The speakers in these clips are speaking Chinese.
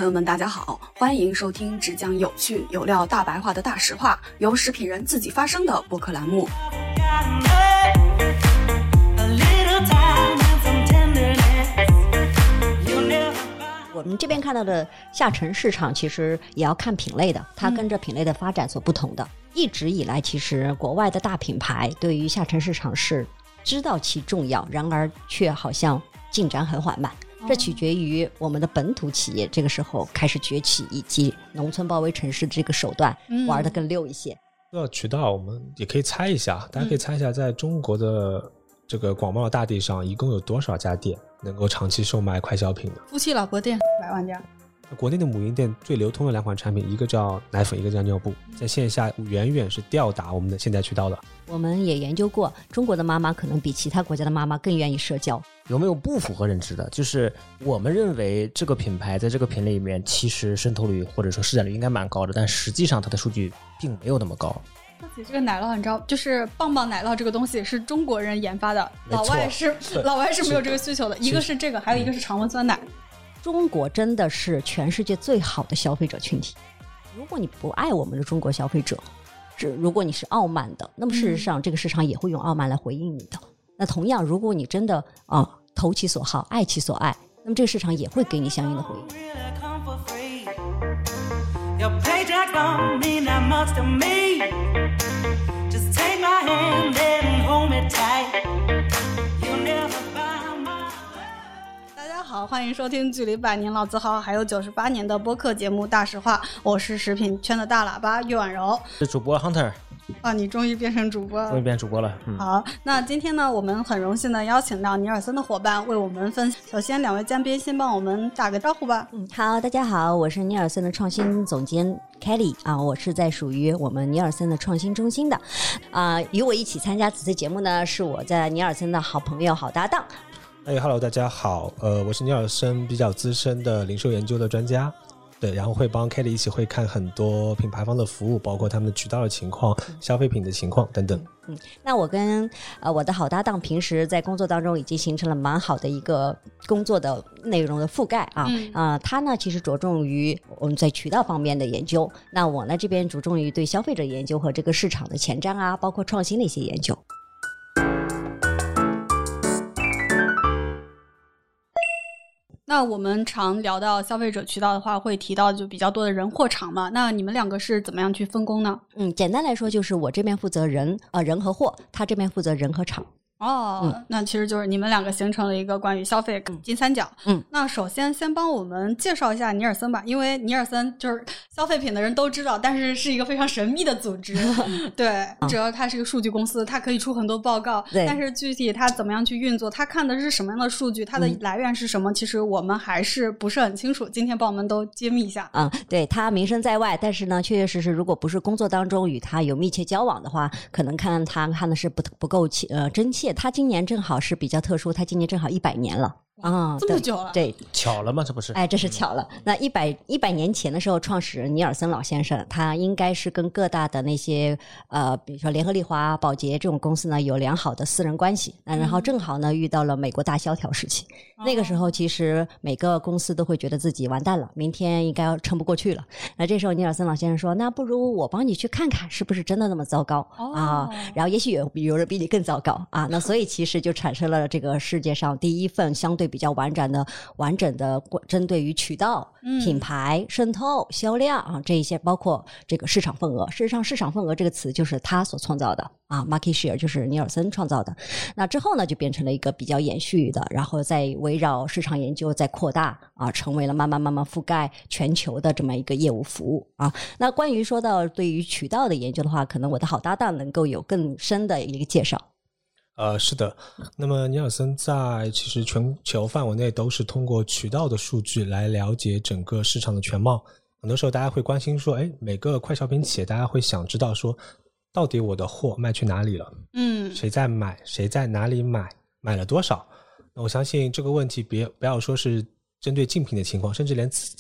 朋友们，大家好，欢迎收听只讲有趣有料大白话的大实话，由食品人自己发声的播客栏目。 我们这边看到的下沉市场其实也要看品类的，它跟着品类的发展所不同的。一直以来其实国外的大品牌对于下沉市场是知道其重要，然而却好像进展很缓慢，这取决于我们的本土企业这个时候开始崛起，以及农村包围城市这个手段玩得更溜一些。 说到渠道，我们也可以猜一下，大家可以猜一下，在中国的这个广袤的大地上，一共有多少家店能够长期售卖快消品的？ 夫妻老婆店100万家。 国内的母婴店最流通的2款产品，一个叫奶粉，一个叫尿布，在线下远远是吊打我们的现代渠道的。 我们也研究过，中国的妈妈可能比其他国家的妈妈更愿意社交。 有没有不符合认知的？就是我们认为这个品牌在这个品类里面其实渗透率或者说市占率应该蛮高的，但实际上它的数据并没有那么高。 说起这个奶酪，你知道，就是棒棒奶酪这个东西是中国人研发的，老外是没有这个需求的。一个是这个，还有一个是常温酸奶。 中国真的是全世界最好的消费者群体。如果你不爱我们的中国消费者，如果你是傲慢的，那么事实上这个市场也会用傲慢来回应你的。那同样，如果你真的投其所好，爱其所爱，那么这个市场也会给你相应的回应。 好，欢迎收听距离100年老字号还有98年的播客节目大实话，我是食品圈的大喇叭岳婉柔， 是主播 Hunter。 你终于变成主播了。 终于变成主播了。 好，那今天呢，我们很荣幸的邀请到尼尔森的伙伴为我们分享。首先2位嘉宾先帮我们打个招呼吧。 好，大家好，我是尼尔森的创新总监 Kelly 我是在属于我们尼尔森的创新中心的与我一起参加此次节目呢，是我在尼尔森的好朋友好搭档。 Hello， 大家好，我是尼尔森比较资深的零售研究的专家，对，然后会帮 Kelly 一起会看很多品牌方的服务，包括他们的渠道的情况、消费品的情况等等。 那我跟我的好搭档平时在工作当中已经形成了蛮好的一个工作的内容的覆盖他呢其实着重于我们在渠道方面的研究，那我呢这边着重于对消费者研究和这个市场的前瞻包括创新的一些研究。 那我们常聊到消费者渠道的话，会提到就比较多的人货场嘛，那你们2个是怎么样去分工呢？ 简单来说就是我这边负责人和货，他这边负责人和场。 那其实就是你们2个形成了一个关于消费金三角。那首先帮我们介绍一下尼尔森吧，因为尼尔森就是消费品的人都知道，但是是一个非常神秘的组织。对，主要它是一个数据公司，它可以出很多报告，但是具体它怎么样去运作，它看的是什么样的数据，它的来源是什么，其实我们还是不是很清楚。今天帮我们都揭秘一下。 对，它名声在外，但是呢确确实实如果不是工作当中与它有密切交往的话，可能看的是不够真切。他今年正好是比较特殊，他今年正好100年了这么久了。 对， 巧了吗？这不是这是巧了。那100年前的时候，创始人尼尔森老先生他应该是跟各大的那些比如说联合利华、宝洁这种公司呢有良好的私人关系，然后正好呢遇到了美国大萧条时期。那个时候其实每个公司都会觉得自己完蛋了，明天应该要撑不过去了。那这时候尼尔森老先生说，那不如我帮你去看看是不是真的那么糟糕然后也许有人比你更糟糕那所以其实就产生了这个世界上第一份相对比较完整的针对于渠道、品牌、渗透、销量这一些，包括这个市场份额。事实上市场份额这个词就是他所创造的market share 就是尼尔森创造的。那之后呢就变成了一个比较延续的，然后再围绕市场研究再扩大成为了慢慢覆盖全球的这么一个业务服务那关于说到对于渠道的研究的话，可能我的好搭档能够有更深的一个介绍。 是的，那么尼尔森在其实全球范围内都是通过渠道的数据来了解整个市场的全貌。很多时候大家会关心说每个快消品企业大家会想知道说到底我的货卖去哪里了，谁在买，谁在哪里买，买了多少。那我相信这个问题不要说是针对竞品的情况，甚至连自己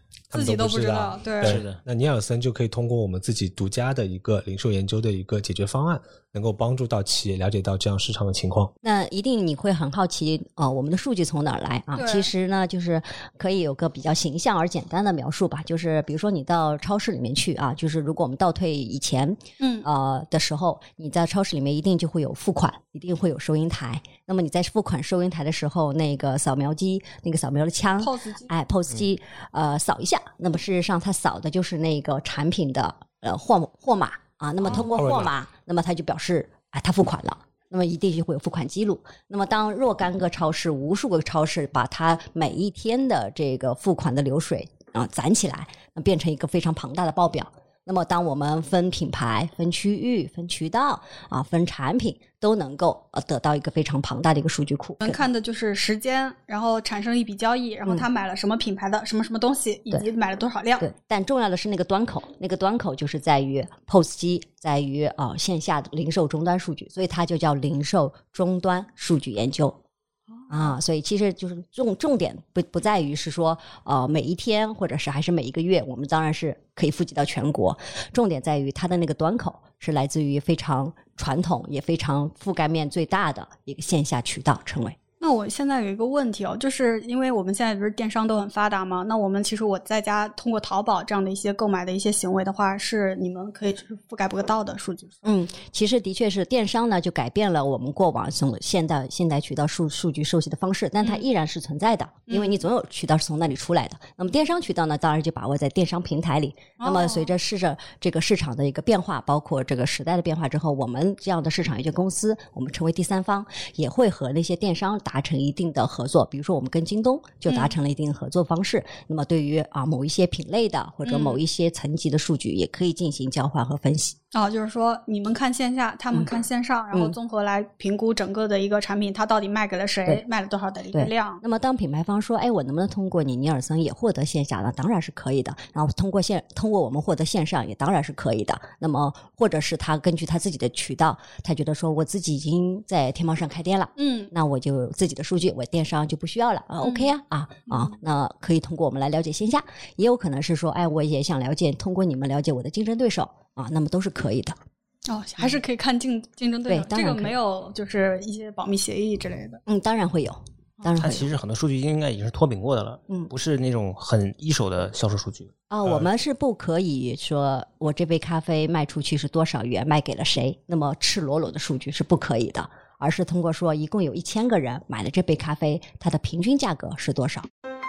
他们自己都不知道不知道。对， 是的。 那尼尔森就可以通过我们自己独家的一个零售研究的一个解决方案，能够帮助到企业了解到这样市场的情况。 那一定你会很好奇我们的数据从哪儿来啊？其实呢，就是可以有个比较形象而简单的描述吧，就是比如说你到超市里面去啊，就是如果我们倒退以前的时候，你在超市里面一定就会有付款，一定会有收银台。那么你在付款收银台的时候，那个扫描机，那个扫描的枪 POS 机， POS 机扫一下，那么事实上它扫的就是那个产品的货码啊，那么通过货码，那么它就表示它付款了。那么一定就会有付款记录。那么当若干个超市、无数个超市把它每一天的这个付款的流水攒起来，那变成一个非常庞大的报表。那么当我们分品牌、分区域、分渠道分产品，都能够得到一个非常庞大的一个数据库。 我们看的就是时间，然后产生一笔交易，然后他买了什么品牌的什么什么东西，以及买了多少量。 对，但重要的是那个端口，那个端口就是在于 POS 机，在于线下的零售终端数据，所以它就叫零售终端数据研究。所以其实就是重点不在于是说每一天或者是还是每一个月，我们当然是可以富集到全国，重点在于它的那个端口是来自于非常传统也非常覆盖面最大的一个线下渠道成为。 那我现在有一个问题就是因为我们现在不是电商都很发达吗？那我们其实我在家通过淘宝这样的一些购买的一些行为的话，是你们可以覆盖不到的数据。 其实的确是电商呢就改变了我们过往从现代渠道数据收集的方式，但它依然是存在的，因为你总有渠道是从那里出来的。那么电商渠道呢，当然就把握在电商平台里。那么随着这个市场的一个变化，包括这个时代的变化之后，我们这样的市场研究公司，我们成为第三方，也会和那些电商达成一定的合作。比如说我们跟京东就达成了一定的合作方式。那么对于某一些品类的或者某一些层级的数据，也可以进行交换和分析。 就是说你们看线下，他们看线上，然后综合来评估整个的一个产品，它到底卖给了谁，卖了多少的一个量。 那么当品牌方说我能不能通过你尼尔森也获得线下呢？当然是可以的。然后通过我们获得线上也当然是可以的。那么或者是他根据他自己的渠道，他觉得说我自己已经在天猫上开店了，那我就自己的数据我电商就不需要了OK 那可以通过我们来了解线下。也有可能是说我也想通过你们了解我的竞争对手那么都是可以的。 还是可以看竞争对手。 对， 这个没有就是一些保密协议之类的。 当然会有。 它其实很多数据应该已经是脱饼过的了，不是那种很一手的销售数据。 我们是不可以说我这杯咖啡卖出去是多少元，卖给了谁，那么赤裸裸的数据是不可以的，而是通过说一共有1000个人买了这杯咖啡，它的平均价格是多少。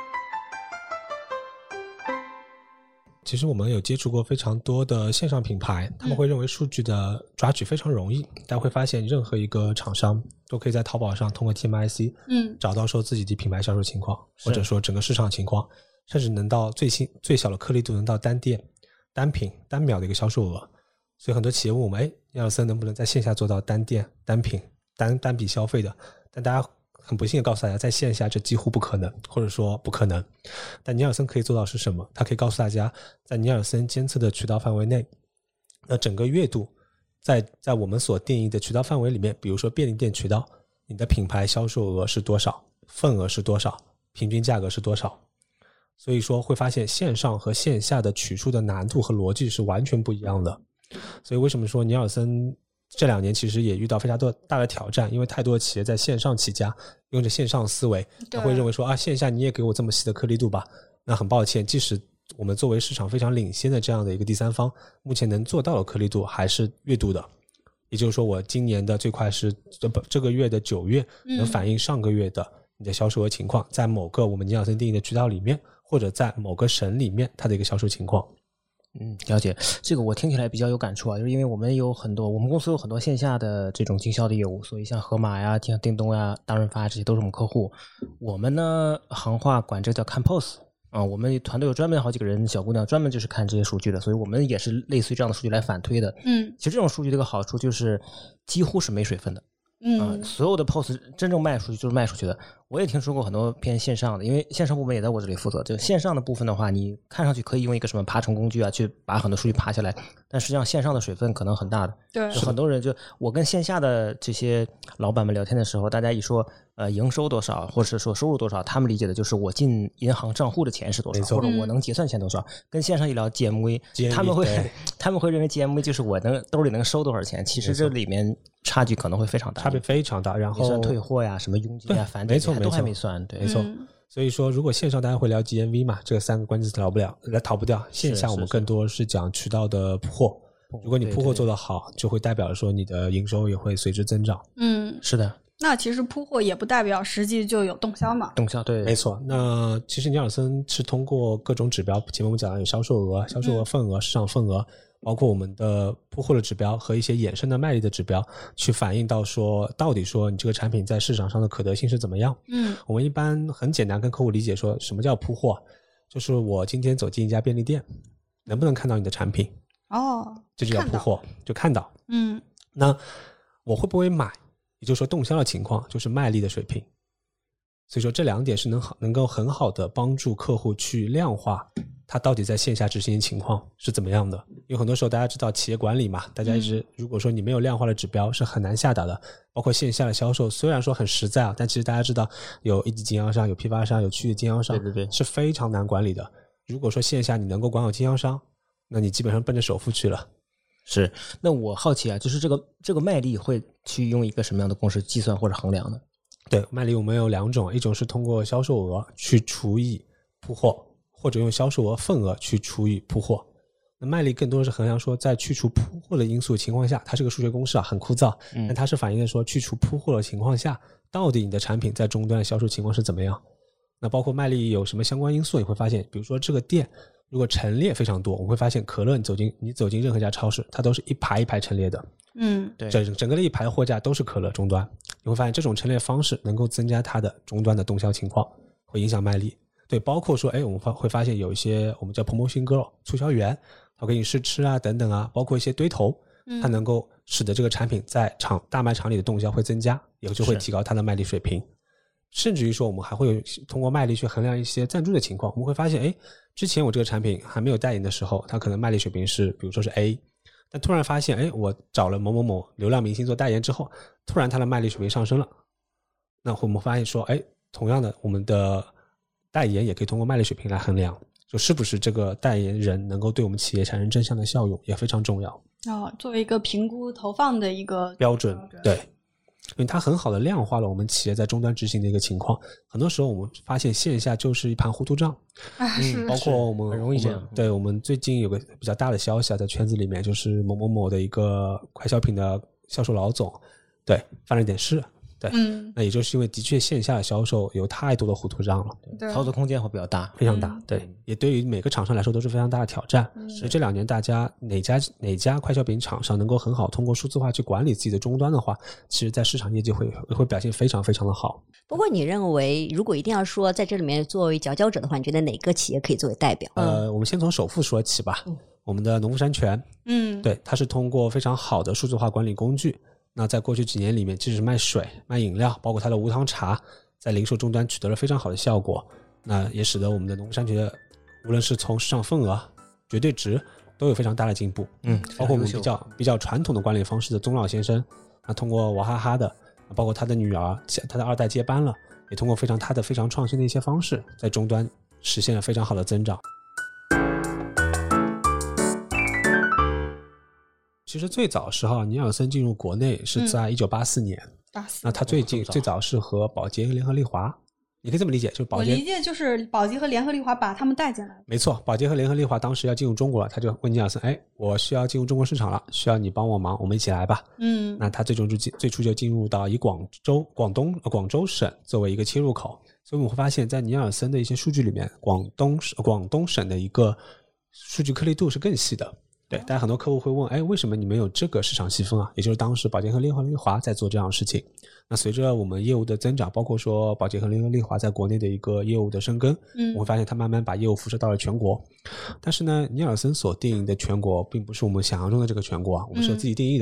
其实我们有接触过非常多的线上品牌，他们会认为数据的抓取非常容易。大家会发现任何一个厂商都可以在淘宝上通过 TMIC 找到说自己的品牌销售情况，或者说整个市场情况，甚至能到最小的颗粒度能到单店、单品、单秒的一个销售额。所以很多企业问我们尼尔森能不能在线下做到单店、单品、单笔消费的，但大家很不幸的告诉大家，在线下这几乎不可能，或者说不可能。但尼尔森可以做到是什么？它可以告诉大家，在尼尔森监测的渠道范围内，那整个月度在我们所定义的渠道范围里面，比如说便利店渠道，你的品牌销售额是多少，份额是多少，平均价格是多少。所以说会发现线上和线下的取数的难度和逻辑是完全不一样的。所以为什么说尼尔森这2年其实也遇到非常大的挑战，因为太多的企业在线上起家，用着线上思维，他会认为说线下你也给我这么细的颗粒度吧。那很抱歉，即使我们作为市场非常领先的这样的一个第三方，目前能做到的颗粒度还是月度的。也就是说我今年的最快是这个月的9月能反映上个月的你的销售额情况，在某个我们尼尔森定义的渠道里面，或者在某个省里面它的一个销售情况。 了解。这个我听起来比较有感触就是因为我们公司有很多线下的这种经销的业务，所以像盒马呀、像叮咚呀、大润发这些都是我们客户。我们呢行话管这个叫看 POS我们团队有专门好几个人小姑娘专门就是看这些数据的，所以我们也是类似于这样的数据来反推的。其实这种数据的一个好处就是几乎是没水分的所有的 POS 真正卖出去就是卖出去的。我也听说过很多偏线上的，因为线上部门也在我这里负责。就线上的部分的话，你看上去可以用一个什么爬虫工具啊，去把很多数据爬下来，但实际上线上的水分可能很大的。 对， 很多人就我跟线下的这些老板们聊天的时候，大家一说营收多少，或者说收入多少，他们理解的就是我进银行账户的钱是多少，或者我能结算钱多少。跟线上一聊 GMV， 他们会认为 GMV 就是我兜里能收多少钱，其实这里面差距可能会非常大， 差别非常大。然后算退货呀、什么佣金呀、返点都还没算，对， 没错。所以说，如果线上大家会聊 GMV 嘛，这个3个关键词逃不掉。线下我们更多是讲渠道的铺货。如果你铺货做得好，就会代表说你的营收也会随之增长。 是的。 那其实铺货也不代表实际就有动销嘛。 动销，对， 没错。那其实尼尔森是通过各种指标，前面我们讲的有销售额、份额、市场份额，包括我们的铺货的指标和一些衍生的卖力的指标，去反映到说到底说你这个产品在市场上的可得性是怎么样。我们一般很简单跟客户理解说什么叫铺货，就是我今天走进一家便利店，能不能看到你的产品？这就叫铺货，就看到。那我会不会买？也就是说动销的情况就是卖力的水平。所以说这2点是能够很好的帮助客户去量化他到底在线下执行的情况是怎么样的。因为很多时候大家知道企业管理嘛，大家一直如果说你没有量化的指标是很难下达的。包括线下的销售虽然说很实在啊，但其实大家知道有一级经销商、有批发商、有区域经销商， 对， 是非常难管理的。如果说线下你能够管好经销商，那你基本上奔着首付去了。 是，那我好奇啊，就是这个卖力会去用一个什么样的公式计算或者衡量呢？ 对，卖力我们有2种，一种是通过销售额去除以铺货，或者用销售额份额去除以铺货。那卖力更多的是衡量说在去除铺货的因素情况下，它是个数学公式啊，很枯燥，但它是反映的说去除铺货的情况下，到底你的产品在终端的销售情况是怎么样。那包括卖力有什么相关因素，你会发现比如说这个店如果陈列非常多，我们会发现可乐你走进任何一家超市，它都是一排一排陈列的。 对， 整个的一排货架都是可乐终端，你会发现这种陈列方式能够增加它的终端的动销情况，会影响卖力。对，包括说我们会发现有一些我们叫 promotion girl 促销员，他给你试吃啊等等啊，包括一些堆头，它能够使得这个产品在大卖场里的动销会增加，也就会提高它的卖力水平。甚至于说我们还会有通过卖力去衡量一些赞助的情况，我们会发现之前我这个产品还没有代言的时候，它可能卖力水平是比如说是 A， 但突然发现我找了某某某流量明星做代言之后，突然它的卖力水平上升了。那我们发现说同样的我们的代言也可以通过卖力水平来衡量，就是不是这个代言人能够对我们企业产生正向的效用，也非常重要。 作为一个评估投放的一个标准，对。因为它很好的量化了我们企业在终端执行的一个情况。很多时候我们发现线下就是一盘糊涂账，包括我们很容易这样。 对，我们最近有个比较大的消息在圈子里面，就是某某某的一个快消品的销售老总，对，犯了一点事。对，那也就是因为的确线下的销售有太多的糊涂账了， 操作空间会比较大， 非常大。对，也对于每个厂商来说都是非常大的挑战。所以这2年大家哪家快消品厂商能够很好通过数字化去管理自己的终端的话，其实在市场业绩会表现非常非常的好。 不过你认为如果一定要说在这里面作为佼佼者的话，你觉得哪个企业可以作为代表？ 我们先从首富说起吧。我们的农夫山泉，对，它是通过非常好的数字化管理工具，那在过去几年里面，即使卖水、卖饮料，包括它的无糖茶，在零售终端取得了非常好的效果。那也使得我们的农夫山泉的无论是从市场份额、绝对值都有非常大的进步。包括我们比较传统的管理方式的宗老先生，那通过娃哈哈的，包括他的女儿，他的2代接班了，也通过他的非常创新的一些方式，在终端实现了非常好的增长。其实最早时候尼尔森进入国内是在1984年，那他最早是和宝洁和联合利华，你可以这么理解，就是宝洁， 我理解就是宝洁和联合利华把他们带进来。 没错，宝洁和联合利华当时要进入中国了，他就问尼尔森，我需要进入中国市场了，需要你帮我忙，我们一起来吧。那他最初就进入到以广州省作为一个切入口，所以我们会发现在尼尔森的一些数据里面，广东省的一个数据颗粒度是更细的。对，大家很多客户会问，为什么你们有这个市场细分啊？也就是当时宝洁和联合利华在做这样的事情。那随着我们业务的增长，包括说宝洁和联合利华在国内的一个业务的深耕，我会发现它慢慢把业务辐射到了全国。但是呢，尼尔森所定义的全国并不是我们想象中的这个全国啊，我们是有自己定义的。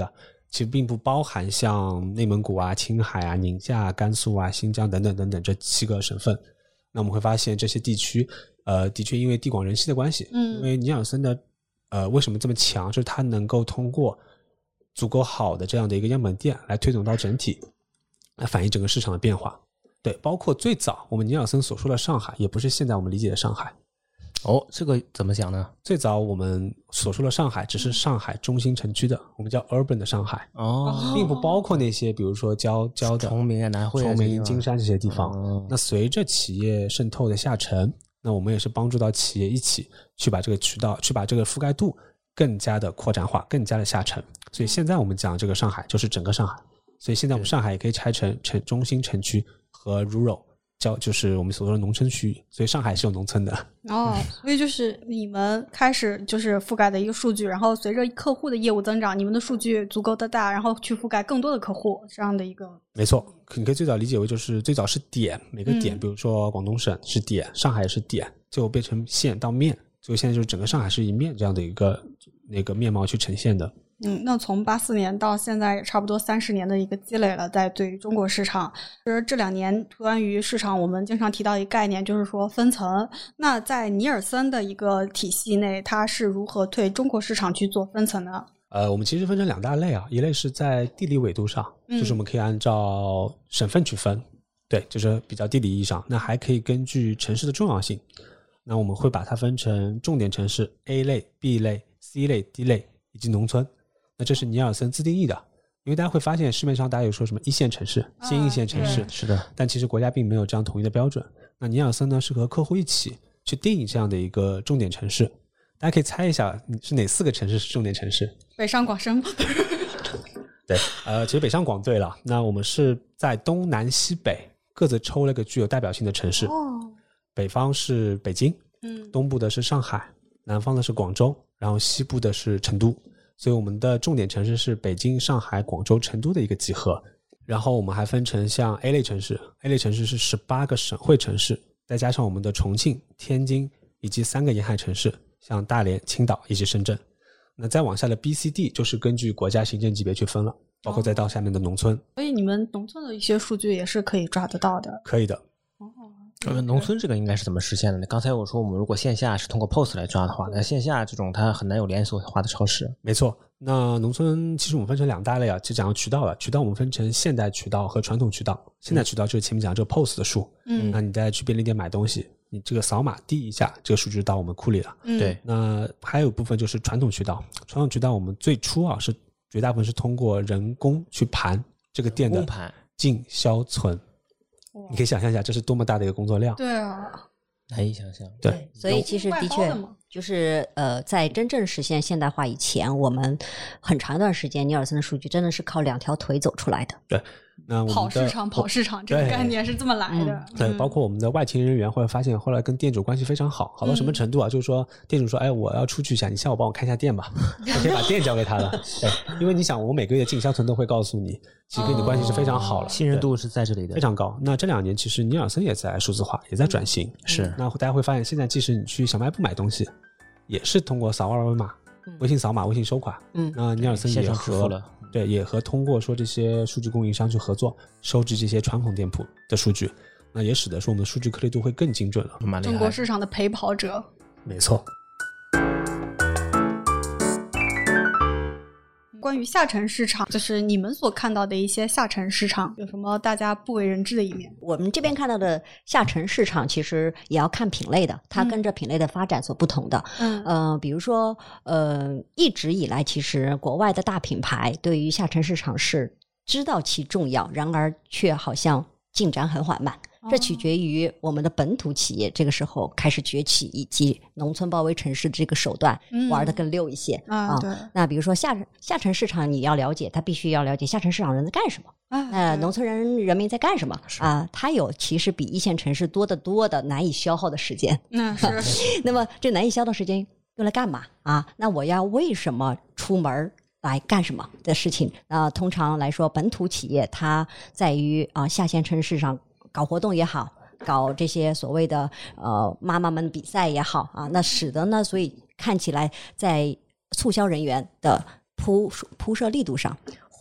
其实并不包含像内蒙古啊、青海啊、宁夏啊、甘肃啊、新疆等等等等这7个省份。那我们会发现这些地区的确因为地广人稀的关系，因为尼尔森的为什么这么强，就是它能够通过足够好的这样的一个样本店来推动到整体，来反映整个市场的变化。对，包括最早我们尼尔森所说的上海也不是现在我们理解的上海。 这个怎么讲呢？ 最早我们所说的上海只是上海中心城区的，我们叫 urban 的上海，并不包括那些比如说郊的崇明啊、南汇啊、 崇明、金山这些地方。那随着企业渗透的下沉，那我们也是帮助到企业一起去把这个渠道，去把这个覆盖度更加的扩展化，更加的下沉。所以现在我们讲这个上海就是整个上海，所以现在我们上海也可以拆成中心城区和 rural，就是我们所说的农村区域，所以上海是有农村的。 所以就是你们开始就是覆盖的一个数据，然后随着客户的业务增长，你们的数据足够的大，然后去覆盖更多的客户，这样的一个。 没错，你可以最早理解为就是最早是点，每个点，比如说广东省是点，上海是点，最后变成县到面，最后现在就是整个上海是一面这样的一个那个面貌去呈现的。 那从84年到现在也差不多30年的一个积累了，在对于中国市场。就是这2年关于市场我们经常提到一个概念，就是说分层。那在尼尔森的一个体系内，它是如何对中国市场去做分层呢？ 我们其实分成2大类啊，一类是在地理纬度上，就是我们可以按照省份去分，对，就是比较地理意义上。那还可以根据城市的重要性，那我们会把它分成重点城市 A 类、B 类、C 类、D 类以及农村。那这是尼尔森自定义的，因为大家会发现市面上大家有说什么1线城市、新1线城市， 是的， 但其实国家并没有这样统一的标准。那尼尔森呢是和客户一起去定义这样的一个重点城市。大家可以猜一下是哪4个城市是重点城市？ 北上广深。 对，其实北上广对了。那我们是在东南西北各自抽了个具有代表性的城市。北方是北京，东部的是上海，南方的是广州，然后西部的是成都。所以我们的重点城市是北京、上海、广州、成都的一个集合。然后我们还分成像 A 类城市 ，A 类城市是18个省会城市，再加上我们的重庆、天津以及3个沿海城市，像大连、青岛以及深圳。那再往下的 B、C、D 就是根据国家行政级别去分了，包括再到下面的农村。 所以你们农村的一些数据也是可以抓得到的。 可以的。 农村这个应该是怎么实现的呢？刚才我说我们如果线下是通过 POS 来抓的话，那线下这种它很难有连锁化的超市。 没错，那农村其实我们分成2大类啊，就讲到渠道了。渠道我们分成现代渠道和传统渠道。现代渠道就是前面讲这个 POS 的数，那你再去便利店买东西，你这个扫码滴一下，这个数据就到我们库里了。 对， 那还有部分就是传统渠道。传统渠道我们最初啊是绝大部分是通过人工去盘这个店的进销存。你可以想象一下，这是多么大的一个工作量。 对啊， 难以想象。 对， 所以其实的确就是在真正实现现代化以前，我们很长一段时间尼尔森的数据真的是靠2条腿走出来的。 对，那我们跑市场这个概念是这么来的。 对，包括我们的外勤人员会发现后来跟店主关系非常好，好到什么程度啊？就是说店主说，哎，我要出去一下，你下午帮我看一下店吧，我可以把店交给他了。对，因为你想，我每个月进销存都会告诉你，其实跟你的关系是非常好了， 信任度是在这里的， 非常高。那这2年其实尼尔森也在数字化，也在转型。 是， 那大家会发现，现在即使你去小卖部买东西，也是通过扫二维码、微信扫码、微信收款。那尼尔森也和通过说这些数据供应商去合作，收集这些传统店铺的数据，那也使得说我们的数据颗粒度会更精准了。 中国市场的陪跑者。 没错。 关于下沉市场，就是你们所看到的一些下沉市场有什么大家不为人知的一面？ 我们这边看到的下沉市场其实也要看品类的，它跟着品类的发展所不同的。比如说一直以来其实国外的大品牌对于下沉市场是知道其重要，然而却好像进展很缓慢。这取决于我们的本土企业这个时候开始崛起，以及农村包围城市的这个手段玩得更溜一些。 对。 那比如说下沉市场，你要了解，他必须要了解下沉市场人在干什么，农村人民在干什么啊？他有其实比1线城市多的难以消耗的时间。 是。 那么这难以消耗的时间用来干嘛啊？那我要为什么出门来干什么的事情？通常来说，本土企业它在于下线城市上搞活动也好，搞这些所谓的妈妈们比赛也好啊，那使得呢，所以看起来在促销人员的铺设力度上，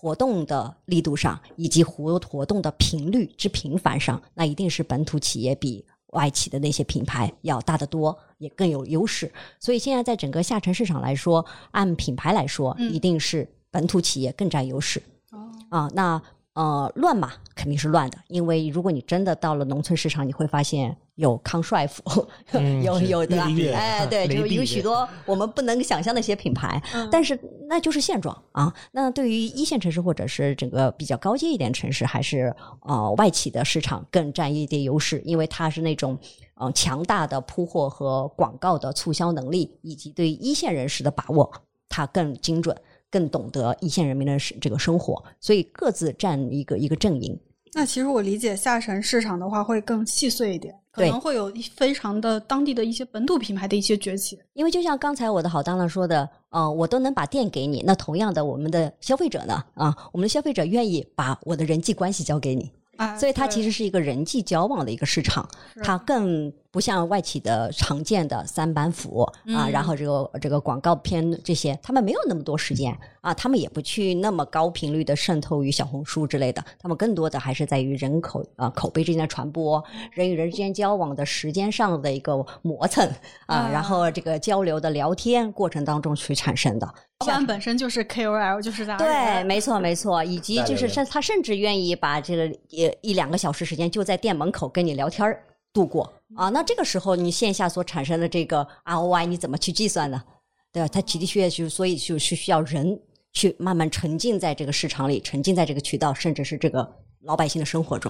活动的力度上，以及活动的频率之频繁上，那一定是本土企业比外企的那些品牌要大得多，也更有优势。所以现在在整个下沉市场来说，按品牌来说，一定是本土企业更占优势。那乱嘛，肯定是乱的，因为如果你真的到了农村市场，你会发现有康帅傅，有的，对，就有许多我们不能想象的一些品牌，但是那就是现状啊。那对于一线城市或者是整个比较高阶一点城市，还是外企的市场更占一点优势，因为它是那种强大的铺货和广告的促销能力，以及对一线人士的把握，它更精准。更懂得一线人民的这个生活，所以各自占一个阵营。 那其实我理解下沉市场的话会更细碎一点，可能会有非常的当地的一些本土品牌的一些崛起。 因为就像刚才我的好当当说的，我都能把店给你，那同样的我们的消费者呢，我们的消费者愿意把我的人际关系交给你。所以它其实是一个人际交往的一个市场，它更不像外企的常见的三板斧然后这个广告片这些，他们没有那么多时间他们也不去那么高频率的渗透于小红书之类的，他们更多的还是在于人口碑之间的传播，人与人之间交往的时间上的一个磨蹭然后这个交流的聊天过程当中去产生的。 老板本身就是 KOL， 就是在对，没错，以及就是他甚至愿意把这个1-2个小时时间就在店门口跟你聊天度过那这个时候你线下所产生的这个 ROI 你怎么去计算呢？对吧？它的确是，所以就是需要人去慢慢沉浸在这个市场里，沉浸在这个渠道，甚至是这个老百姓的生活中。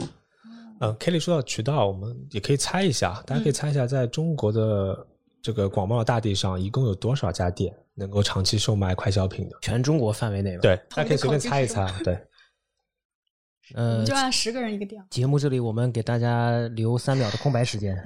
Kelly 说到渠道，我们也可以猜一下，大家可以猜一下，在中国的这个广袤的大地上，一共有多少家店能够长期售卖快消品的？ 全中国范围内吧？ 对，大家可以随便猜一猜。对， 我们就按10个人一个店。 节目这里我们给大家留3秒的空白时间。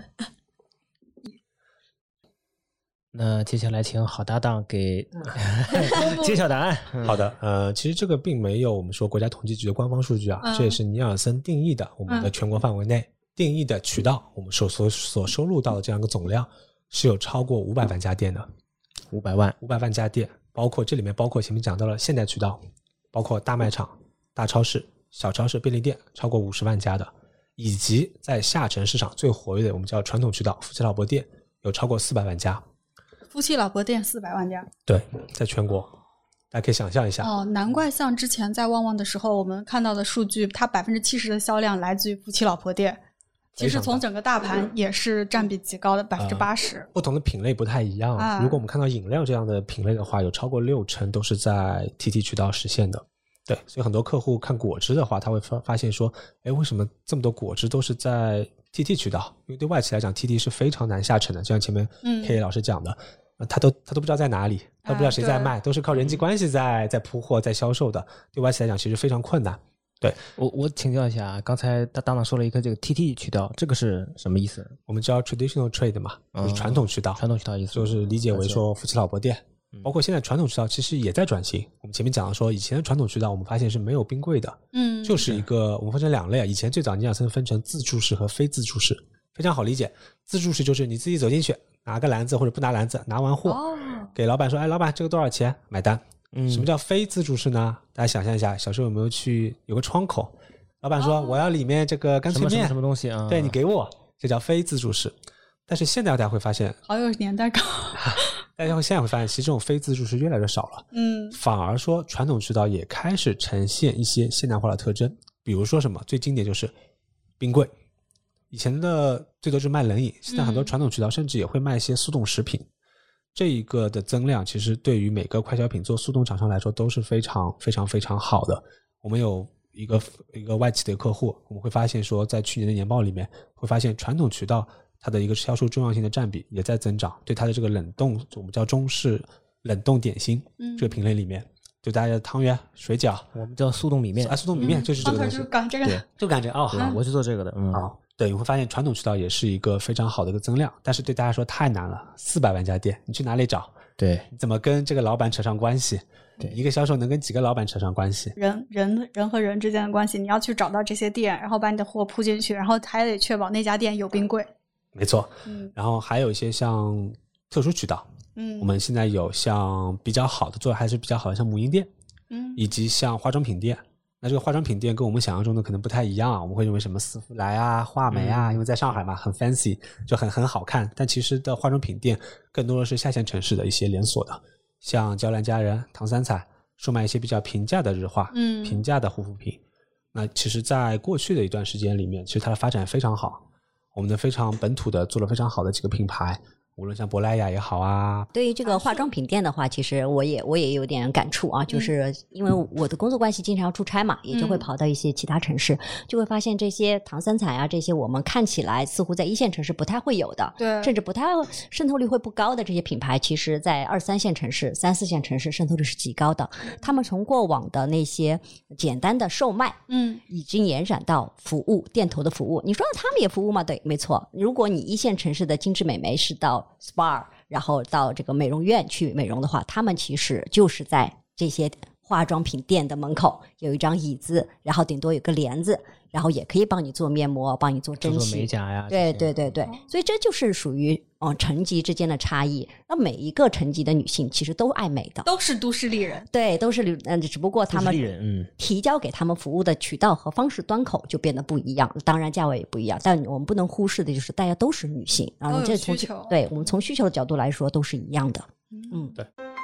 那接下来请好搭档给揭晓答案。 好的，其实这个并没有我们说国家统计局的官方数据这也是尼尔森定义的，我们的全国范围内定义的渠道，我们所收录到的这样一个总量是有超过500万家店的。500万家店，这里面包括前面讲到了现代渠道，包括大卖场、大超市、小超市、便利店，超过50万家的，以及在下沉市场最活跃的我们叫传统渠道夫妻老婆店，有超过400万家。 夫妻老婆店400万家， 对，在全国，大家可以想象一下。 难怪像之前在旺旺的时候，我们看到的数据，它70%的销量来自于夫妻老婆店。其实从整个大盘也是占比极高的80%。 不同的品类不太一样。如果我们看到饮料这样的品类的话，有超过60%都是在 TT 渠道实现的。对，所以很多客户看果汁的话，他会发现说，为什么这么多果汁都是在 TT 渠道？因为对外企来讲 ，TT 是非常难下沉的，就像前面 K 老师讲的，他都不知道在哪里，他不知道谁在卖，都是靠人际关系在铺货在销售的。对外企来讲，其实非常困难。对， 我请教一下，刚才当当说了一个这个 TT 渠道，这个是什么意思？ 我们叫 traditional trade 嘛，就是传统渠道。 传统渠道意思就是理解为说夫妻老婆店，包括现在传统渠道其实也在转型。我们前面讲了说，以前的传统渠道我们发现是没有冰柜的，就是一个我们分成2类。以前最早尼尔森分成自助式和非自助式，非常好理解。自助式就是你自己走进去，拿个篮子或者不拿篮子，拿完货给老板说，老板这个多少钱？买单。什么叫非自助式呢？大家想象一下，小时候有没有有个窗口，老板说我要里面这个干脆面什么东西对，你给我，这叫非自助式。但是现在大家会发现， 好有年代感。 大家现在会发现，其实这种非自助式越来越少了。反而说传统渠道也开始呈现一些现代化的特征，比如说什么，最经典就是冰柜。以前的最多是卖冷饮，现在很多传统渠道甚至也会卖一些速冻食品。这一个的增量其实对于每个快消品做速冻厂商来说都是非常非常非常好的。我们有一个外企的客户，我们会发现说，在去年的年报里面会发现传统渠道它的一个销售重要性的占比也在增长，对它的这个冷冻，我们叫中式冷冻点心这个品类里面，就大家的汤圆、水饺， 我们叫速冻米面速冻米面就是这个东西，就感觉我是做这个的。 对，你会发现传统渠道也是一个非常好的一个增量，但是对大家说太难了，400万家店，你去哪里找？ 对， 你怎么跟这个老板扯上关系？对，一个销售能跟几个老板扯上关系？ 人和人之间的关系，你要去找到这些店，然后把你的货铺进去，然后还得确保那家店有冰柜。 没错，然后还有一些像特殊渠道，我们现在有像比较好的做的还是比较好的，像母婴店。 以及像化妆品店。那这个化妆品店跟我们想象中的可能不太一样，我们会认为什么丝芙莱啊、画眉啊，因为在上海嘛，很 fancy， 就很好看。但其实的化妆品店更多的是下线城市的一些连锁的，像娇兰佳人、唐三彩，售卖一些比较平价的日化、平价的护肤品。那其实在过去的一段时间里面，其实它的发展非常好，我们的非常本土的做了非常好的几个品牌，无论像珀莱雅也好啊。 对于这个化妆品店的话，其实我也有点感触啊，就是因为我的工作关系经常要出差嘛，也就会跑到一些其他城市，就会发现这些唐三彩啊，这些我们看起来似乎在一线城市不太会有的， 对， 甚至不太渗透率会不高的这些品牌，其实在2、3线城市、3、4线城市渗透率是极高的。他们从过往的那些简单的售卖，已经延展到服务，店头的服务。你说他们也服务吗？对，没错。如果你一线城市的精致美眉是到 SPA， 然后到这个美容院去美容的话，他们其实就是在这些化妆品店的门口有一张椅子，然后顶多有个帘子，然后也可以帮你做面膜，帮你做蒸洗、 做美甲呀。 对，所以这就是属于层级之间的差异。那每一个层级的女性其实都爱美的， 都是都市丽人。 对，都是只不过他们提交给他们服务的渠道和方式端口就变得不一样，当然价位也不一样。但我们不能忽视的就是大家都是女性，然后这从对我们从需求的角度来说都是一样的。 对。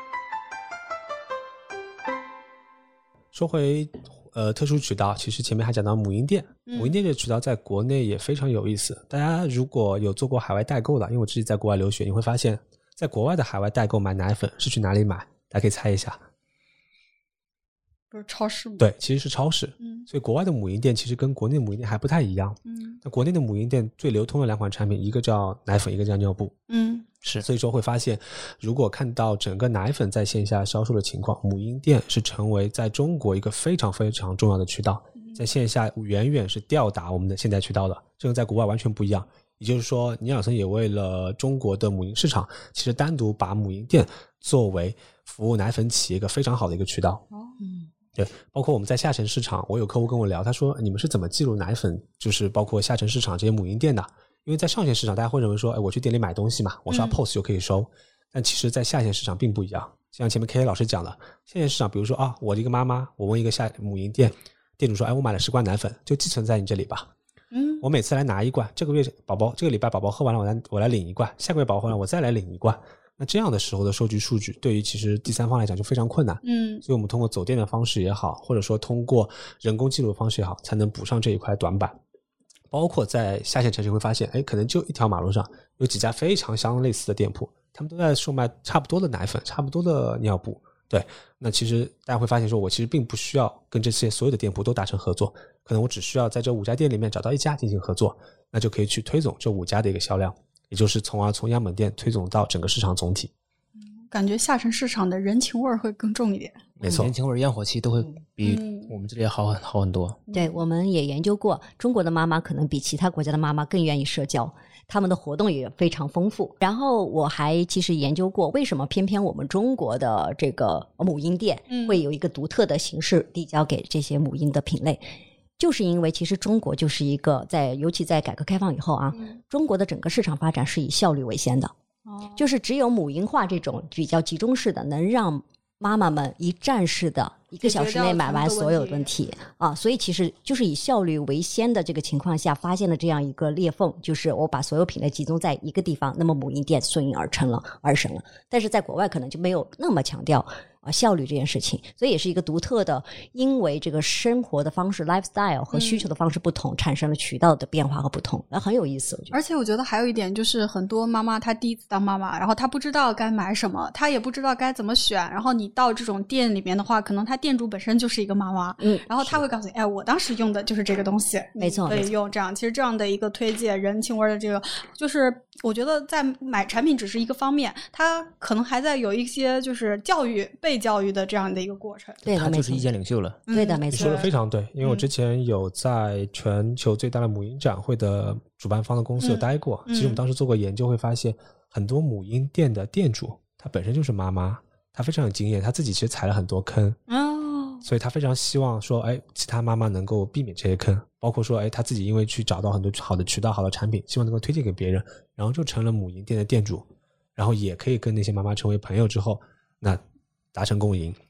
说回特殊渠道，其实前面还讲到母婴店，母婴店这个渠道在国内也非常有意思。大家如果有做过海外代购的，因为我自己在国外留学，你会发现在国外的海外代购买奶粉是去哪里买？大家可以猜一下。 不是超市吗？ 对，其实是超市。所以国外的母婴店其实跟国内的母婴店还不太一样。那国内的母婴店最流通的2款产品，一个叫奶粉，一个叫尿布。是，所以说会发现，如果看到整个奶粉在线下销售的情况，母婴店是成为在中国一个非常非常重要的渠道，在线下远远是吊打我们的现代渠道的，这个在国外完全不一样。也就是说，尼尔森也为了中国的母婴市场，其实单独把母婴店作为服务奶粉企业一个非常好的一个渠道。对，包括我们在下沉市场，我有客户跟我聊，他说你们是怎么记录奶粉，就是包括下沉市场这些母婴店的？因为在上线市场大家会认为说，我去店里买东西嘛，我刷 POS 就可以收，但其实在下线市场并不一样。像前面 KA 老师讲的，下线市场比如说我的一个妈妈，我问一个母婴店，店主说我买了10罐奶粉，就寄存在你这里吧。我每次来拿1罐，这个礼拜宝宝喝完了我来领1罐，下个月宝宝喝完了我再来领1罐。那这样的时候的收集数据对于其实第三方来讲就非常困难。所以我们通过走店的方式也好，或者说通过人工记录的方式也好，才能补上这一块短板。包括在下线城市会发现，可能就一条马路上有几家非常相类似的店铺，他们都在售卖差不多的奶粉，差不多的尿布。对，那其实大家会发现说，我其实并不需要跟这些所有的店铺都达成合作，可能我只需要在这5家店里面找到1家进行合作，那就可以去推总这5家的一个销量，也就是从样本店推总到整个市场总体。 感觉下沉市场的人情味会更重一点。 没错， 人情味、烟火气都会比我们这里好很多。 对，我们也研究过，中国的妈妈可能比其他国家的妈妈更愿意社交，他们的活动也非常丰富。然后我还其实研究过，为什么偏偏我们中国的这个母婴店会有一个独特的形式递交给这些母婴的品类。就是因为其实中国就是一个尤其在改革开放以后中国的整个市场发展是以效率为先的。就是只有母婴化这种比较集中式的，能让妈妈们一站式的1个小时内买完所有的问题所以其实就是以效率为先的这个情况下发现了这样一个裂缝，就是我把所有品类集中在一个地方，那么母婴店顺应而生了。但是在国外可能就没有那么强调效率这件事情，所以也是一个独特的，因为这个生活的方式 lifestyle 和需求的方式不同，产生了渠道的变化和不同，很有意思。 而且我觉得还有一点就是很多妈妈她第一次当妈妈，然后她不知道该买什么，她也不知道该怎么选，然后你到这种店里面的话，可能她店主本身就是一个妈妈，然后她会告诉你我当时用的就是这个东西， 没错， 可以用这样。其实这样的一个推荐人情味的这个，就是我觉得在买产品只是一个方面，它可能还在有一些就是被教育的这样的一个过程。 对的， 他就是意见领袖了。 对的，没错， 你说的非常对。因为我之前有在全球最大的母婴展会的主办方的公司有待过，其实我们当时做过研究，会发现很多母婴店的店主他本身就是妈妈，他非常有经验，他自己其实踩了很多坑所以他非常希望说其他妈妈能够避免这些坑，包括说他自己因为去找到很多好的渠道好的产品，希望能够推荐给别人，然后就成了母婴店的店主，然后也可以跟那些妈妈成为朋友之后，那达成共赢，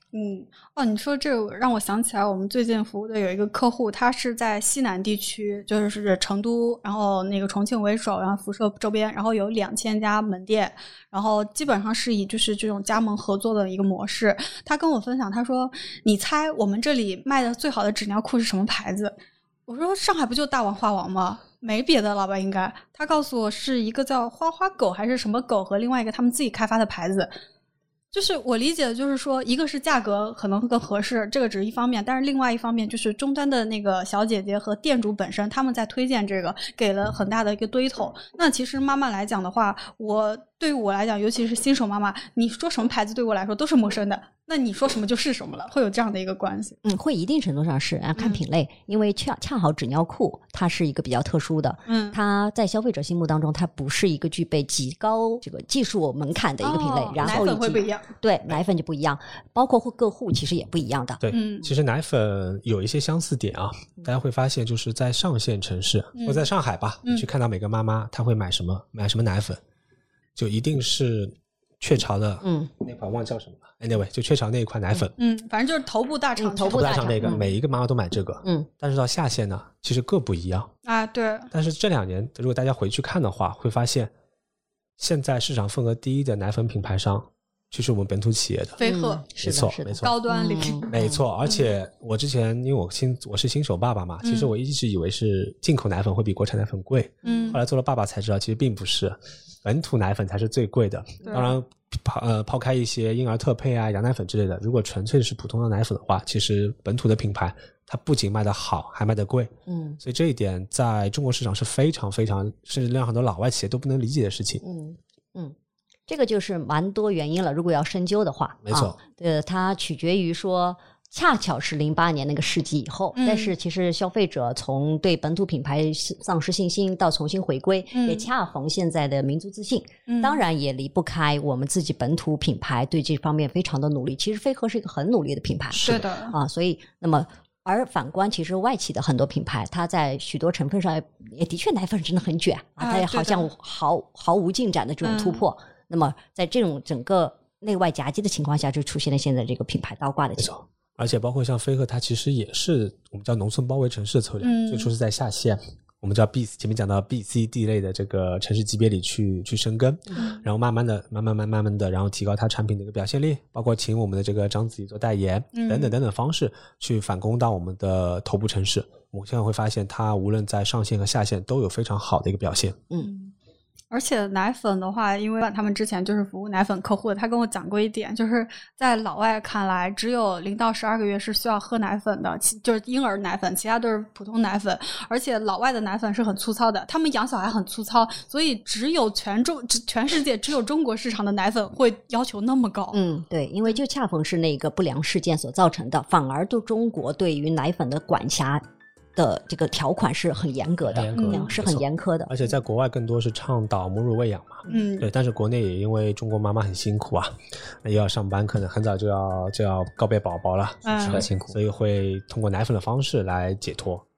你说这让我想起来，我们最近服务的有一个客户，他是在西南地区，就是成都，然后那个重庆为首，然后辐射周边，然后有2000家门店，然后基本上是以就是这种加盟合作的一个模式。他跟我分享，他说：“你猜我们这里卖的最好的纸尿裤是什么牌子？”我说：“上海不就大王花王吗？没别的了吧？应该。”他告诉我是一个叫花花狗还是什么狗和另外一个他们自己开发的牌子。就是我理解的就是说，一个是价格可能更合适，这个只是一方面，但是另外一方面就是终端的那个小姐姐和店主本身他们在推荐这个，给了很大的一个堆头。那其实妈妈来讲的话，对于我来讲，尤其是新手妈妈，你说什么牌子对我来说都是陌生的，那你说什么就是什么了，会有这样的一个关系。 会一定程度上是看品类，因为恰好纸尿裤它是一个比较特殊的，它在消费者心目当中它不是一个具备极高这个技术门槛的一个品类，然后奶粉会不一样， 对，奶粉就不一样，包括各户其实也不一样的。 对，其实奶粉有一些相似点啊，大家会发现就是在上线城市或在上海吧，你去看到每个妈妈她会买什么奶粉，就一定是雀巢的那款忘叫什么了 anyway 就雀巢那一款奶粉， 反正就是头部大厂， 头部大厂那个，每一个妈妈都买这个，但是到下线呢其实各不一样啊。对， 但是这2年如果大家回去看的话，会发现现在市场份额第一的奶粉品牌商就是我们本土企业的飞鹤， 没错， 高端领域， 没错。而且我之前因为我是新手爸爸嘛，其实我一直以为是进口奶粉会比国产奶粉贵，后来做了爸爸才知道其实并不是，本土奶粉才是最贵的。当然抛开一些婴儿特配啊、羊奶粉之类的，如果纯粹是普通的奶粉的话，其实本土的品牌它不仅卖得好还卖得贵，所以这一点在中国市场是非常非常，甚至让很多老外企业都不能理解的事情。 这个就是蛮多原因了，如果要深究的话， 没错， 它取决于说恰巧是08年那个世纪以后，但是其实消费者从对本土品牌丧失信心到重新回归，也恰逢现在的民族自信，当然也离不开我们自己本土品牌对这方面非常的努力。其实飞鹤是一个很努力的品牌， 是的啊，所以那么而反观其实外企的很多品牌，它在许多成分上也的确奶粉真的很卷啊，它也好像毫无进展的这种突破。那么在这种整个内外夹击的情况下，就出现了现在这个品牌倒挂的情况。 而且包括像飞鹤，它其实也是我们叫农村包围城市的策略，最初是在下线，我们叫前面讲到 B、C、D 类的这个城市级别里去深耕，然后慢慢的，然后提高它产品的一个表现力，包括请我们的这个章子怡做代言，等等方式去反攻到我们的头部城市。我们现在会发现，它无论在上线和下线都有非常好的一个表现。 而且奶粉的话，因为他们之前就是服务奶粉客户的，他跟我讲过一点，就是在老外看来，只有0到12个月是需要喝奶粉的，就是婴儿奶粉，其他都是普通奶粉。而且老外的奶粉是很粗糙的，他们养小孩很粗糙，所以只有全世界只有中国市场的奶粉会要求那么高。 对，因为就恰逢是那个不良事件所造成的，反而对中国对于奶粉的管辖的这个条款是很严格的，是很严苛的。 而且在国外更多是倡导母乳喂养嘛，对。但是国内也因为中国妈妈很辛苦啊，又要上班，可能很早就要告别宝宝了， 很辛苦， 所以会通过奶粉的方式来解脱。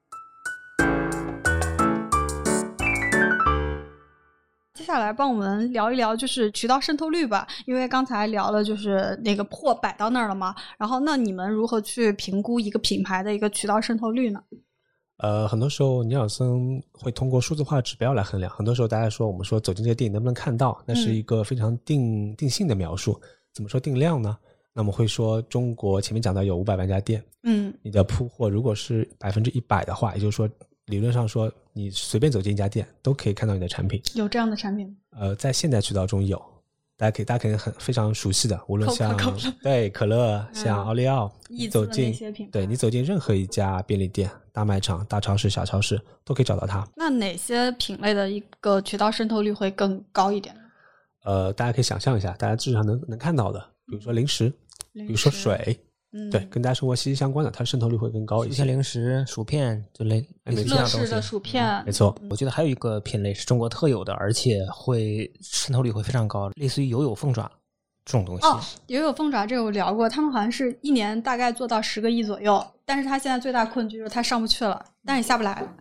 接下来帮我们聊一聊就是渠道渗透率吧，因为刚才聊了就是那个货摆到那儿了嘛，然后那你们如何去评估一个品牌的一个渠道渗透率呢？ 很多时候尼尔森会通过数字化指标来衡量。很多时候大家说我们说走进这个店能不能看到，那是一个非常定性的描述。怎么说定量呢？那么会说中国前面讲到有500万家店，你的铺货如果是100%的话，也就是说理论上说你随便走进一家店都可以看到你的产品。 有这样的产品？ 在现代渠道中有。大家可能非常熟悉的，无论像对可乐，像奥利奥，你走进你走进任何一家便利店、大卖场、大超市、小超市都可以找到它。 那哪些品类的一个渠道渗透率会更高一点呢？ 大家可以想象一下，大家至少能看到的，比如说零食，比如说水，对，跟大家生活息息相关的，它渗透率会更高一些。 零食、薯片就类似乐事的薯片， 没错。 我觉得还有一个品类是中国特有的，而且会渗透率会非常高，类似于友友凤爪这种东西。 友友凤爪这个我聊过，他们好像是1年大概做到10个亿左右，但是他现在最大困局是他上不去了，但是也下不来了。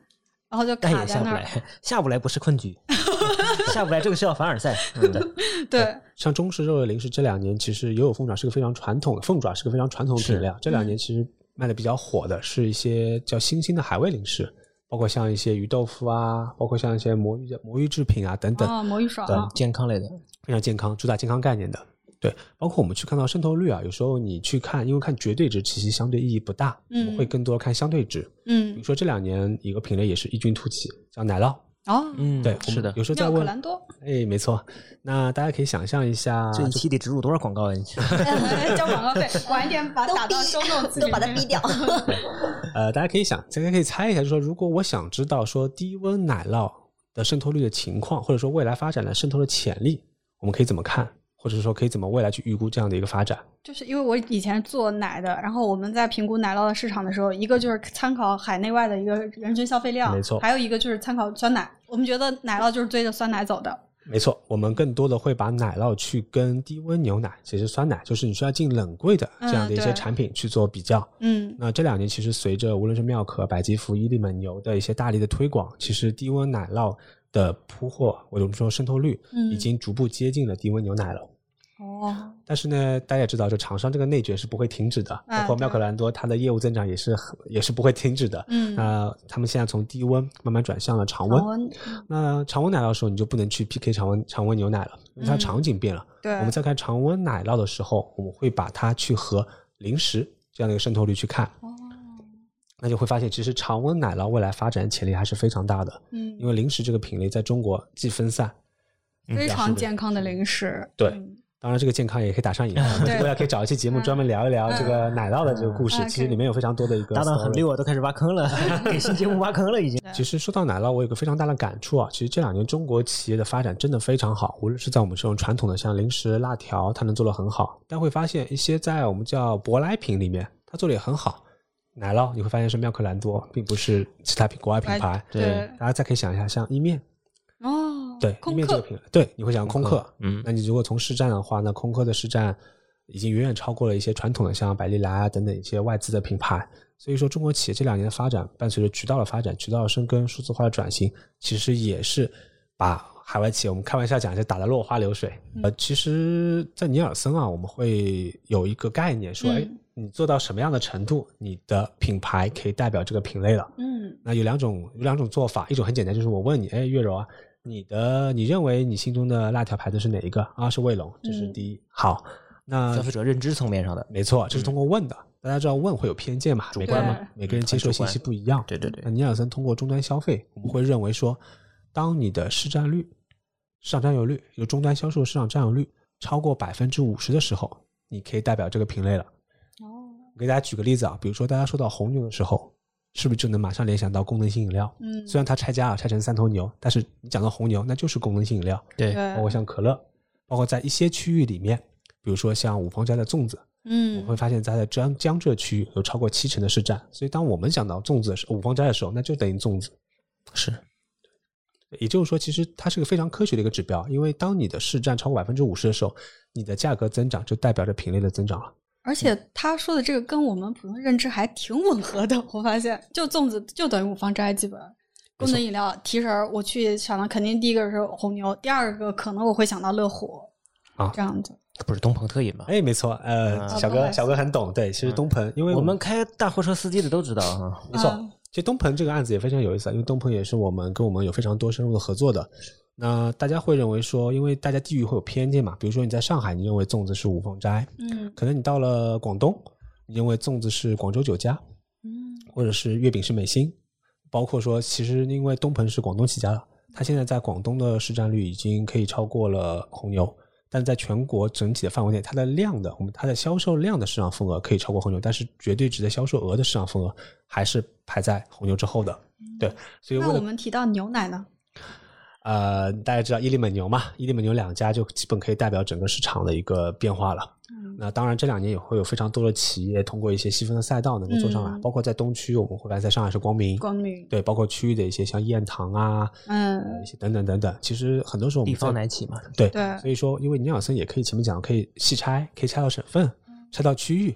然后就但卡在那儿。 也下不来，下不来不是困局，下不来这个是要凡尔赛。 对， 像中式肉类零食这2年，其实油有凤爪是个非常传统的，凤爪是个非常传统的品类。这2年其实卖的比较火的是一些叫新兴的海味零食，包括像一些鱼豆腐啊，包括像一些魔芋制品啊等等。 魔芋爽对，健康类的， 非常健康，主打健康概念的。对，包括我们去看到渗透率啊，有时候你去看，因为看绝对值其实相对意义不大，我们会更多看相对值。比如说这2年一个品类也是异军突起，叫奶酪。对， 是的， 有时候在问妙可蓝多， 没错。那大家可以想象一下， 这一期得植入多少广告啊？你交广告费，晚点把打到收弄都把它逼掉。 大家可以猜一下，就是说，如果我想知道说低温奶酪的渗透率的情况，或者说未来发展的渗透的潜力，我们可以怎么看？或者说可以怎么未来去预估这样的一个发展？ 就是因为我以前做奶的，然后我们在评估奶酪的市场的时候，一个就是参考海内外的一个人均消费量， 没错， 还有一个就是参考酸奶。我们觉得奶酪就是追着酸奶走的。 没错，我们更多的会把奶酪去跟低温牛奶，其实酸奶就是你需要进冷柜的这样的一些产品去做比较。那这2年其实随着无论是妙可、百吉福、伊利蒙牛的一些大力的推广，其实低温奶酪的铺货，我们说渗透率已经逐步接近了低温牛奶了。但是呢，大家也知道，就厂商这个内卷是不会停止的，包括妙可蓝多，它的业务增长也是不会停止的。他们现在从低温慢慢转向了常温。那常温奶酪的时候，你就不能去 PK 常温牛奶了，因为它场景变了。我们在看常温奶酪的时候，我们会把它去和零食这样的一个渗透率去看。那就会发现，其实常温奶酪未来发展潜力还是非常大的。因为零食这个品类在中国既分散， 非常健康的零食。 对。当然这个健康也可以打上引号，未来可以找一期节目专门聊一聊这个奶酪的这个故事，其实里面有非常多的一个搭档很溜啊，都开始挖坑了，给新节目挖坑了已经。 其实说到奶酪，我有个非常大的感触啊，其实这2年中国企业的发展真的非常好，无论是在我们这种传统的像零食、辣条，它能做得很好，但会发现一些在我们叫舶来品里面，它做得也很好。奶酪你会发现是妙可蓝多，并不是其他国外品牌。 对， 大家再可以想一下，像意面。对，意面这个品类，对，你会想空客。那你如果从市占的话，那空客的市占已经远远超过了一些传统的像百利来啊等等一些外资的品牌。所以说中国企业这2年的发展，伴随着渠道的发展，渠道的深耕，数字化的转型，其实也是把海外企业，我们开玩笑讲就打得落花流水。其实在尼尔森啊，我们会有一个概念说，你做到什么样的程度，你的品牌可以代表这个品类了。那有两种做法，一种很简单，就是我问你，月柔啊，你认为你心中的辣条牌子是哪一个啊？是卫龙，这是第一。好，那消费者认知层面上的， 没错，这是通过问的。大家知道问会有偏见嘛，主观嘛，每个人接受信息不一样。 对对对。 那尼尔森通过终端消费，我们会认为说，当你的市场占有率有终端销售市场占有率超过50%的时候，你可以代表这个品类了。我给大家举个例子啊，比如说大家说到红牛的时候，是不是就能马上联想到功能性饮料？虽然它拆家拆成3头牛，但是你讲到红牛，那就是功能性饮料。 对， 包括像可乐，包括在一些区域里面，比如说像五芳斋的粽子，我会发现它在江浙区域有超过70%的市占。所以当我们讲到粽子五芳斋的时候，那就等于粽子。 是。 也就是说，其实它是个非常科学的一个指标，因为当你的市占超过50%的时候，你的价格增长就代表着品类的增长了。 而且他说的这个跟我们普通认知还挺吻合的，我发现就粽子就等于五芳斋，基本功能饮料提神，我去想到肯定第一个是红牛，第二个可能我会想到乐虎啊，这样子。 不是东鹏特饮吗？ 没错，小哥很懂。对，其实东鹏，因为我们开大货车司机的都知道哈。 没错，其实东鹏这个案子也非常有意思，因为东鹏也是跟我们有非常多深入的合作的。那大家会认为说，因为大家地域会有偏见嘛，比如说你在上海，你认为粽子是五芳斋，可能你到了广东，你认为粽子是广州酒家，或者是月饼是美心，包括说其实因为东鹏是广东起家了，它现在在广东的市占率已经可以超过了红牛，但在全国整体的范围内，它的销售量的市场份额可以超过红牛，但是绝对值的销售额的市场份额还是排在红牛之后的。对，所以那我们提到牛奶呢？ 大家知道伊利蒙牛嘛，伊利蒙牛2家就基本可以代表整个市场的一个变化了。那当然这2年也会有非常多的企业通过一些细分的赛道能够做上来，包括在东区我们会发现在上海是光明，对，包括区域的一些像燕塘啊，一些等等，其实很多时候我们地方奶企嘛， 对，所以说因为尼尔森也可以前面讲可以细拆，可以拆到省份，拆到区域。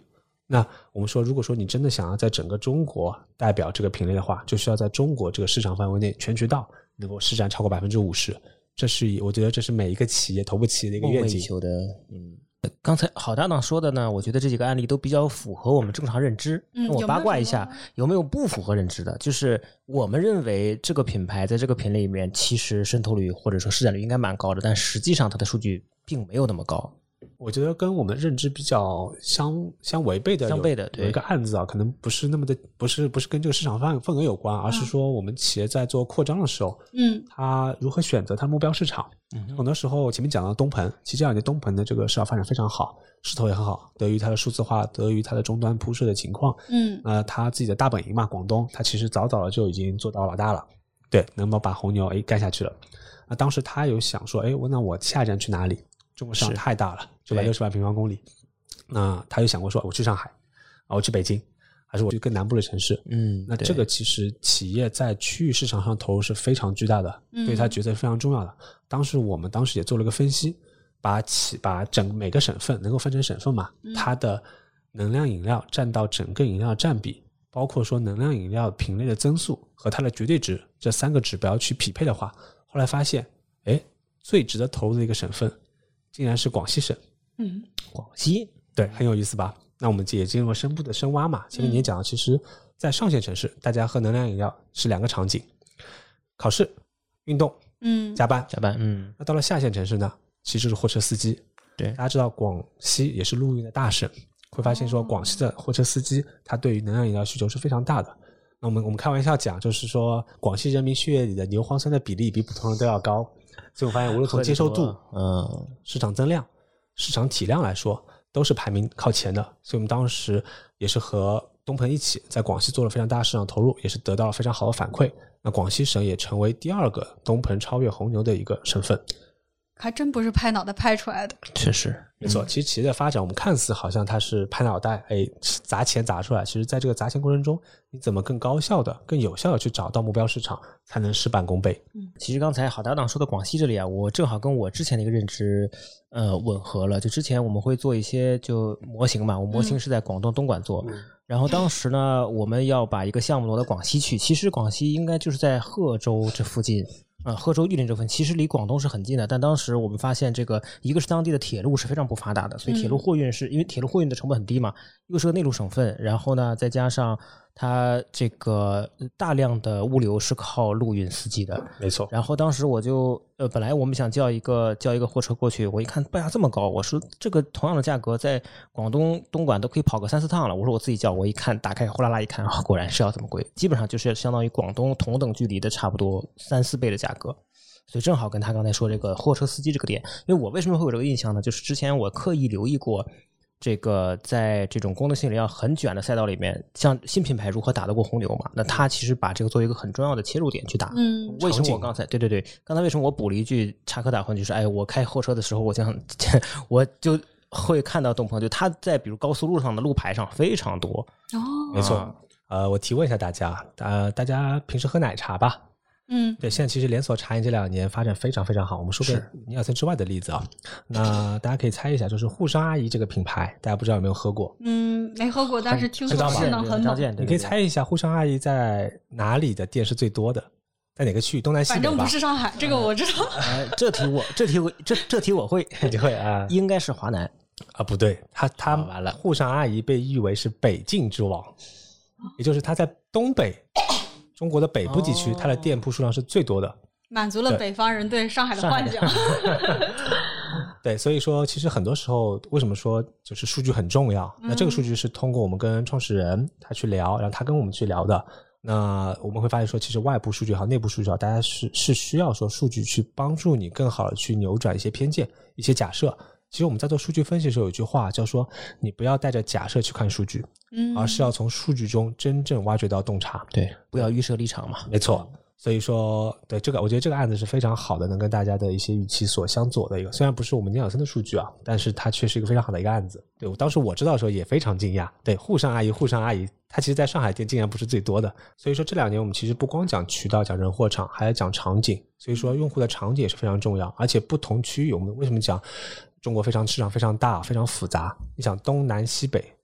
那我们说，如果说你真的想要在整个中国代表这个品类的话，就需要在中国这个市场范围内全渠道能够市占超过 50%， 这是我觉得这是每一个企业头部企业的一个愿景。 刚才郝搭档说的呢，我觉得这几个案例都比较符合我们正常认知。那我八卦一下，有没有不符合认知的？就是我们认为这个品牌在这个品类里面，其实渗透率或者说市占率应该蛮高的，但实际上它的数据并没有那么高。 我觉得跟我们认知比较相违背的有一个案子啊，可能不是那么的不是跟这个市场份额有关，而是说我们企业在做扩张的时候，它如何选择它目标市场。很多时候前面讲到东鹏，其实这2年东鹏的这个市场发展非常好，势头也很好，得益于它的数字化，得益于它的终端铺设的情况。它自己的大本营嘛，广东，它其实早早的就已经做到老大了，对，能够把红牛干下去了。那当时他有想说，那我下一站去哪里？中国市场太大了，960万平方公里。那他有想过说，我去上海，我去北京，还是我去更南部的城市？那这个其实企业在区域市场上投入是非常巨大的，对他决策非常重要的。我们当时也做了个分析，把每个省份能够分成省份嘛，它的能量饮料占到整个饮料占比，包括说能量饮料品类的增速和它的绝对值这3个指标去匹配的话，后来发现，最值得投入的一个省份竟然是广西省。 广西， 对，很有意思吧？那我们也经过深度的深挖嘛。前面你也讲了，其实在上线城市，大家喝能量饮料是2个场景：考试、运动，加班。那到了下线城市呢，其实是货车司机。对，大家知道广西也是陆运的大省，会发现说广西的货车司机他对于能量饮料需求是非常大的。那我们开玩笑讲，就是说广西人民血液里的牛磺酸的比例比普通人都要高。所以我发现无论从接受度、市场增量、市场体量来说，都是排名靠前的。所以我们当时也是和东鹏一起在广西做了非常大的市场投入，也是得到了非常好的反馈。那广西省也成为第2个东鹏超越红牛的一个省份。 还真不是拍脑袋拍出来的。 确实没错。其实企业的发展，我们看似好像它是拍脑袋砸钱砸出来，其实在这个砸钱过程中，你怎么更高效的更有效的去找到目标市场，才能事半功倍。 其实刚才郝搭档说的广西这里啊，我正好跟我之前的一个认知吻合了。就之前我们会做一些就模型嘛，我模型是在广东东莞做，然后当时呢我们要把一个项目挪到广西去，其实广西应该就是在贺州这附近，贺州、玉林这份其实离广东是很近的，但当时我们发现这个一个是当地的铁路是非常不发达的，所以铁路货运是因为铁路货运的成本很低嘛，又是个内陆省份，然后呢再加上它这个大量的物流是靠陆运司机的， 没错。 然后当时我就本来我们想叫一个货车过去，我一看报价这么高，我说这个同样的价格在广东东莞都可以跑个3-4趟了，我说我自己叫，我一看打开呼啦啦一看，果然是要这么贵，基本上就是相当于广东同等距离的差不多3-4倍的价格。所以正好跟他刚才说这个货车司机这个点，因为我为什么会有这个印象呢，就是之前我刻意留意过这个在这种功能性饮料很卷的赛道里面，像新品牌如何打得过红牛嘛，那他其实把这个作为一个很重要的切入点去打。为什么我刚才对刚才为什么我补了一句插科打诨，就是我开货车的时候我就会看到东鹏，就他在比如高速路上的路牌上非常多。 没错。我提问一下大家，大家平时喝奶茶吧？对，现在其实连锁茶饮这2年发展非常非常好。我们说个尼尔森之外的例子啊，那大家可以猜一下，就是沪上阿姨这个品牌，大家不知道有没有喝过？ 没喝过，但是听说是能很猛。 你可以猜一下沪上阿姨在哪里的店是最多的？在哪个区域？东南西北吧？ 反正不是上海，这个我知道。 这题我会， 你会啊？ 应该是华南啊？不对，他完了。沪上阿姨被誉为是北境之王，也就是他在东北。中国的北部地区，它的店铺数量是最多的， 满足了北方人对上海的幻想。 对，所以说其实很多时候为什么说就是数据很重要，那这个数据是通过我们跟创始人他去聊，然后他跟我们去聊的，那我们会发现说其实外部数据好内部数据好，大家是需要说数据去帮助你更好的去扭转一些偏见一些假设。其实我们在做数据分析的时候有一句话叫说，你不要带着假设去看数据，而是要从数据中真正挖掘到洞察。 对，不要预设立场嘛。 没错。所以说对这个我觉得这个案子是非常好的，能跟大家的一些预期所相左的一个，虽然不是我们尼尔森的数据啊，但是它却是一个非常好的一个案子。对，当时我知道的时候也非常惊讶。对，沪上阿姨它其实在上海店竟然不是最多的。所以说这2年我们其实不光讲渠道讲人货场，还要讲场景，所以说用户的场景也是非常重要。而且不同区域我们为什么讲中国市场非常大非常复杂，你想东南西北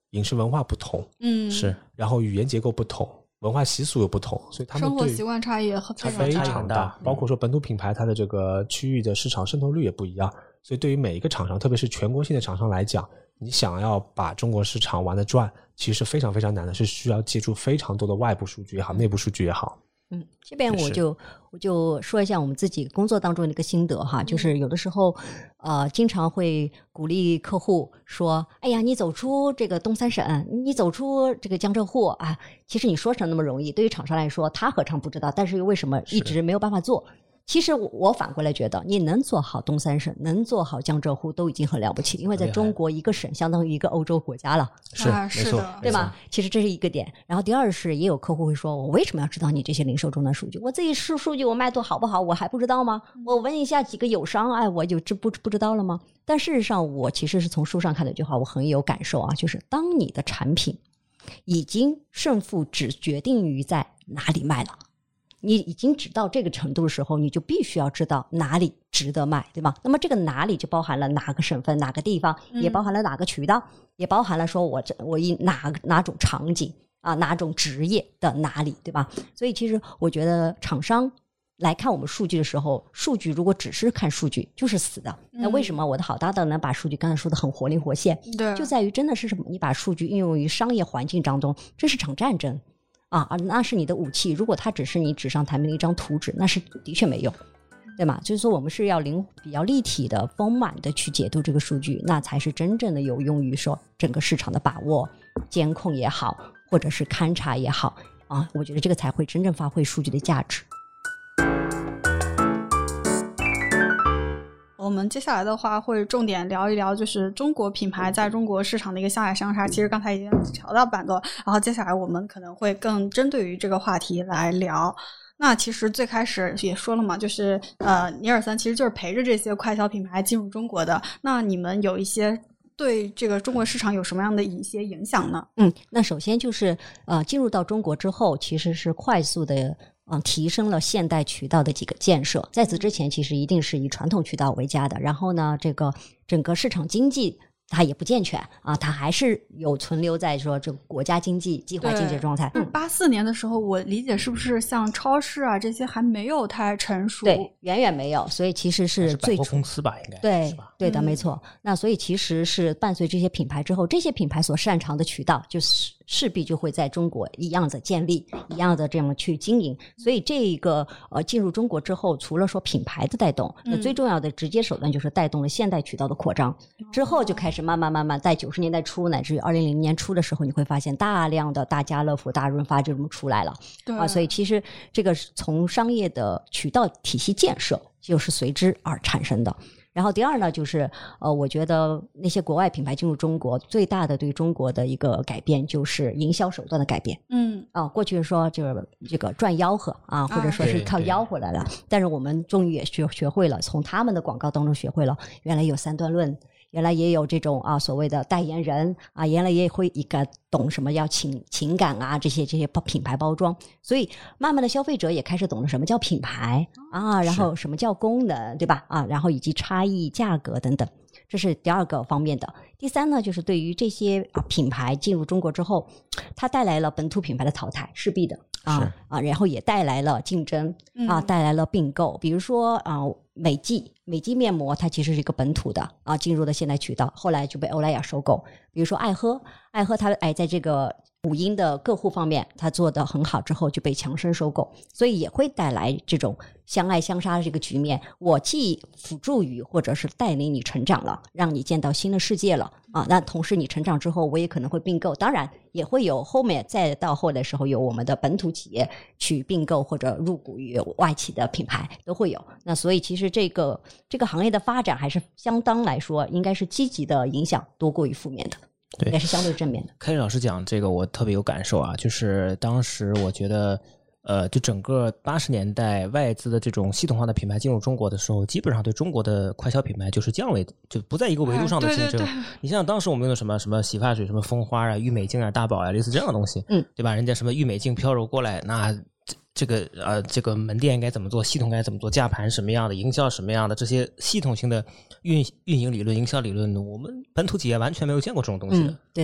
饮食文化不同， 是， 然后语言结构不同，文化习俗又不同，所以他们生活习惯差异也非常大。包括说本土品牌它的这个区域的市场渗透率也不一样，所以对于每一个厂商，特别是全国性的厂商来讲，你想要把中国市场玩得转，其实非常非常难的，是需要借助非常多的外部数据也好，内部数据也好。 这边我就说一下我们自己工作当中的一个心得哈，就是有的时候经常会鼓励客户说，哎呀，你走出这个东三省，你走出这个江浙沪啊，其实你说成那么容易，对于厂商来说他何尝不知道，但是为什么一直没有办法做？其实我反过来觉得，你能做好东三省，能做好江浙沪都已经很了不起，因为在中国一个省相当于一个欧洲国家了， 是没错， 对吧？其实这是一个点。然后第二是，也有客户会说，我为什么要知道你这些零售终端数据？我自己数据我卖多好不好，我还不知道吗？我问一下几个友商，哎，我就不知道了吗？但事实上，我其实是从书上看的一句话，我很有感受啊，就是当你的产品已经胜负只决定于在哪里卖了。你已经只到这个程度的时候，你就必须要知道哪里值得卖，对吗？那么这个哪里就包含了哪个省份、哪个地方，也包含了哪个渠道，也包含了说我以哪种场景啊、哪种职业的哪里，对吧？所以其实我觉得厂商来看我们数据的时候，数据如果只是看数据就是死的。那为什么我的好搭档能把数据刚才说的很活灵活现？对，就在于真的是什么？你把数据应用于商业环境当中，这是场战争。那是你的武器，如果它只是你纸上谈兵的一张图纸，那是的确没用，对吗？就是说我们是要比较立体的、丰满的去解读这个数据，那才是真正的有用于说整个市场的把握、监控也好，或者是勘察也好啊，我觉得这个才会真正发挥数据的价值。 我们接下来的话会重点聊一聊，就是中国品牌在中国市场的一个相爱相杀。其实刚才已经聊到板多，然后接下来我们可能会更针对于这个话题来聊。那其实最开始也说了嘛，就是尼尔森其实就是陪着这些快消品牌进入中国的。那你们有一些对这个中国市场有什么样的一些影响呢？ 那首先就是进入到中国之后，其实是快速的提升了现代渠道的几个建设。在此之前其实一定是以传统渠道为家的，然后呢这个整个市场经济它也不健全啊，它还是有存留在说这个国家经济计划经济状态。 84年的时候我理解是不是像超市啊这些还没有太成熟？ 对，远远没有，所以其实是最百货公司吧，应该对对的，没错。那所以其实是伴随这些品牌之后，这些品牌所擅长的渠道就是势必就会在中国一样的建立，一样的这样去经营。所以这个进入中国之后，除了说品牌的带动，那最重要的直接手段就是带动了现代渠道的扩张。之后就开始慢慢在90年代初乃至于2000年初的时候，你会发现大量的大家乐福、大润发就这么出来了。对所以其实这个从商业的渠道体系建设就是随之而产生的。然后第二呢，就是我觉得那些国外品牌进入中国，最大的对中国的一个改变就是营销手段的改变。过去说就是这个赚吆喝啊，或者说是靠吆喝来了，但是我们终于也学会了，从他们的广告当中学会了，原来有三段论。原来也有这种所谓的代言人啊，原来也会一个懂什么要情感啊，这些品牌包装，所以慢慢的消费者也开始懂了什么叫品牌啊，然后什么叫功能，对吧？然后以及差异、价格等等，这是第二个方面的。第三呢，就是对于这些品牌进入中国之后，它带来了本土品牌的淘汰，势必的然后也带来了竞争带来了并购，比如说美肌面膜，它其实是一个本土的进入的现代渠道，后来就被欧莱雅收购。比如说爱喝它在这个母婴的个护方面它做得很好，之后就被强生收购，所以也会带来这种相爱相杀的这个局面。我既辅助于或者是带领你成长了，让你见到新的世界了那同时你成长之后，我也可能会并购，当然也会有后面再到后的时候有我们的本土企业去并购或者入股于外企的品牌都会有。那所以其实这个行业的发展还是相当来说应该是积极的影响多过于负面的，应该是相对正面的。 开始老师讲这个我特别有感受就是当时我觉得就整个80年代外资的这种系统化的品牌进入中国的时候，基本上对中国的快消品牌就是降维，就不在一个维度上的竞争。对你像当时我们用的什么洗发水，什么蜂花郁美净大宝类似这样的东西，对吧？人家什么郁美净飘柔过来，那这个门店应该怎么做，系统该怎么做，价盘什么样的，营销什么样的，这些系统性的运营理论、营销理论，我们本土企业完全没有见过这种东西的。 对的。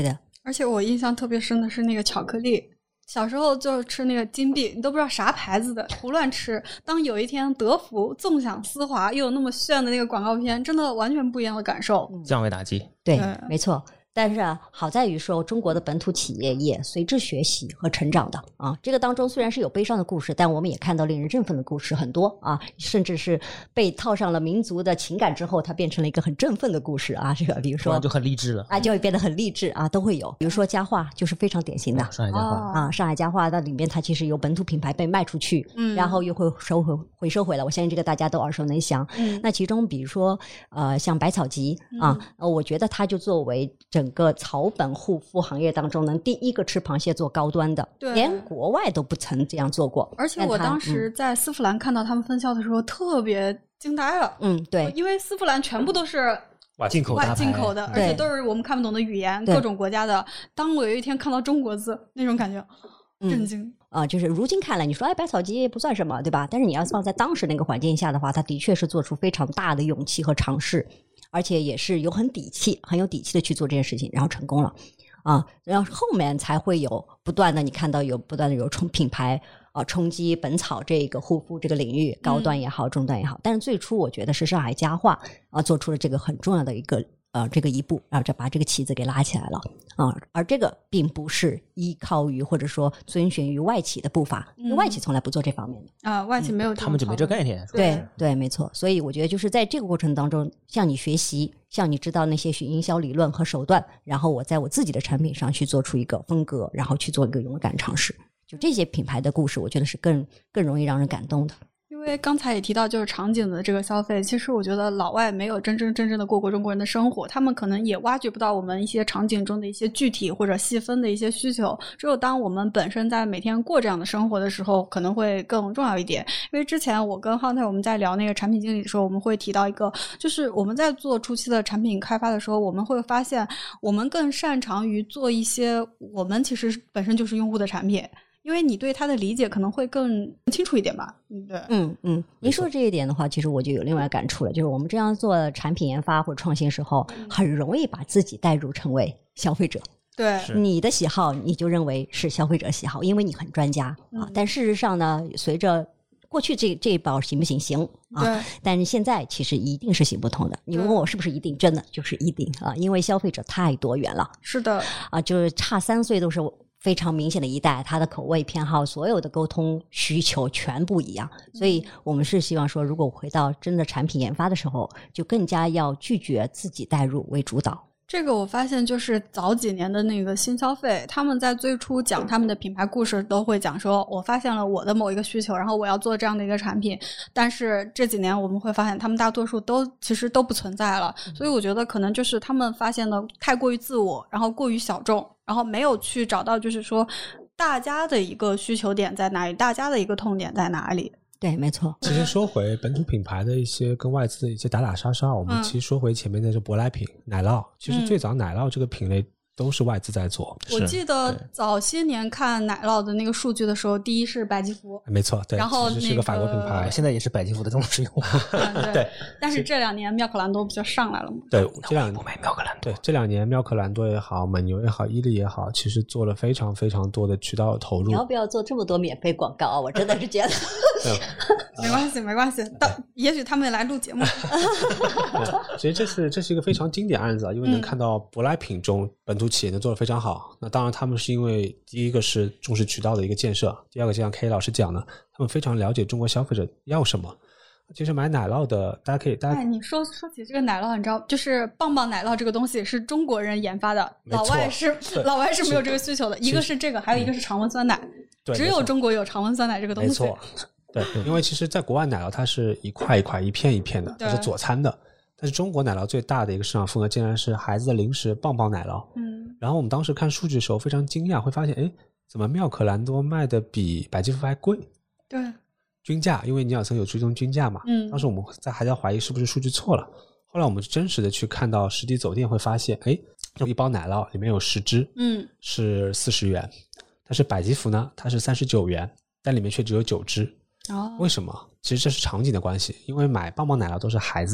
而且我印象特别深的是那个巧克力，小时候就吃那个金币，你都不知道啥牌子的，胡乱吃。当有一天德芙纵享丝滑，又有那么炫的那个广告片，真的完全不一样的感受。 降维打击， 对，没错。但是好在于说，中国的本土企业也随之学习和成长的啊。这个当中虽然是有悲伤的故事，但我们也看到令人振奋的故事很多啊，甚至是被套上了民族的情感之后，它变成了一个很振奋的故事啊。这个比如说就很励志了啊，就会变得很励志啊，都会有。比如说佳话就是非常典型的上海佳话啊，上海佳话那里面它其实有本土品牌被卖出去，然后又会回收回来。我相信这个大家都耳熟能详。那其中比如说像百草集啊，我觉得它就作为整个草本护肤行业当中第一个吃螃蟹做高端的，连国外都不曾这样做过。 而且我当时在丝芙兰看到他们分销的时候特别惊呆了。对，因为丝芙兰全部都是进口的，而且都是我们看不懂的语言，各种国家的。当我有一天看到中国字，那种感觉震惊。 就是如今看来，你说百草集不算什么，对吧？但是你要放在当时那个环境下的话，它的确是做出非常大的勇气和尝试。而且也是有很有底气的去做这件事情，然后成功了啊，然后后面才会有不断的，你看到有不断的有品牌冲击本草这个护肤这个领域，高端也好，中端也好。但是最初我觉得是上海佳话做出了这个很重要的一个这个一步，然后就把这个旗子给拉起来了而这个并不是依靠于或者说遵循于外企的步伐，因为外企从来不做这方面的外企没有他们就没这概念。 对，没错。所以我觉得就是在这个过程当中，向你学习，向你知道那些营销理论和手段，然后我在我自己的产品上去做出一个风格，然后去做一个勇敢尝试。就这些品牌的故事，我觉得是更容易让人感动的。 因为刚才也提到就是场景的这个消费，其实我觉得老外没有真正的过中国人的生活，他们可能也挖掘不到我们一些场景中的一些具体或者细分的一些需求，只有当我们本身在每天过这样的生活的时候可能会更重要一点。因为之前我跟Hunter我们在聊那个产品经理的时候，我们会提到一个，就是我们在做初期的产品开发的时候，我们会发现我们更擅长于做一些我们其实本身就是用户的产品，因为你对它的理解可能会更清楚一点吧。对， 您说这一点的话，其实我就有另外感触了，就是我们这样做产品研发或者创新时候，很容易把自己带入成为消费者。 对， 你的喜好你就认为是消费者喜好，因为你很专家但事实上呢，随着过去这一包行不行？行但是现在其实一定是行不通的。你问我是不是一定？真的就是一定因为消费者太多元了。 是的就是差3岁都是非常明显的一代，他的口味偏好所有的沟通需求全不一样，所以我们是希望说，如果回到真的产品研发的时候，就更加要拒绝自己带入为主导。 这个我发现就是早几年的那个新消费，他们在最初讲他们的品牌故事都会讲说，我发现了我的某一个需求，然后我要做这样的一个产品。但是这几年我们会发现他们大多数其实都不存在了，所以我觉得可能就是他们发现的太过于自我，然后过于小众，然后没有去找到就是说大家的一个需求点在哪里，大家的一个痛点在哪里。 对，没错。 其实说回本土品牌的一些跟外资的一些打杀杀，我们其实说回前面的这舶来品奶酪，其实最早奶酪这个品类都是外资在做。 我记得早些年看奶酪的那个数据的时候，第一是百吉福， 没错，对， 然后是个法国品牌， 现在也是百吉福的忠实用户。 对， 但是这2年妙可蓝多不就上来了吗？ 对， 不买妙可蓝多。 对，这2年妙可蓝多也好，蒙牛也好，伊利也好，其实做了非常非常多的渠道投入。 你要不要做这么多免费广告啊？我真的是觉得没关系，也许他们来录节目。 其实这是一个非常经典案子因为能看到舶来品中本土企业能做得非常好。那当然他们是因为第一个是重视渠道的一个建设，第二个就像 K 老师讲的，他们非常了解中国消费者要什么。其实买奶酪的大家你说起这个奶酪，你知道就是棒棒奶酪这个东西是中国人研发的，老外是没有这个需求的。一个是这个，还有一个是常温酸奶，只有中国有常温酸奶这个东西。 没错，对，因为其实在国外奶酪它是一块一块一片一片的，它是佐餐的。但是中国奶酪最大的一个市场份额竟然是孩子的零食棒棒奶酪。然后我们当时看数据的时候非常惊讶，会发现怎么妙可蓝多卖的比百吉福还贵？ 对， 均价，因为尼尔森有追踪均价嘛。当时我们还在怀疑是不是数据错了。后来我们真实的去看到实体走店，会发现这一包奶酪里面有10支，是40元，但是百吉福呢它是39元，但里面却只有9支。为什么？其实这是场景的关系，因为买棒棒奶酪都是孩子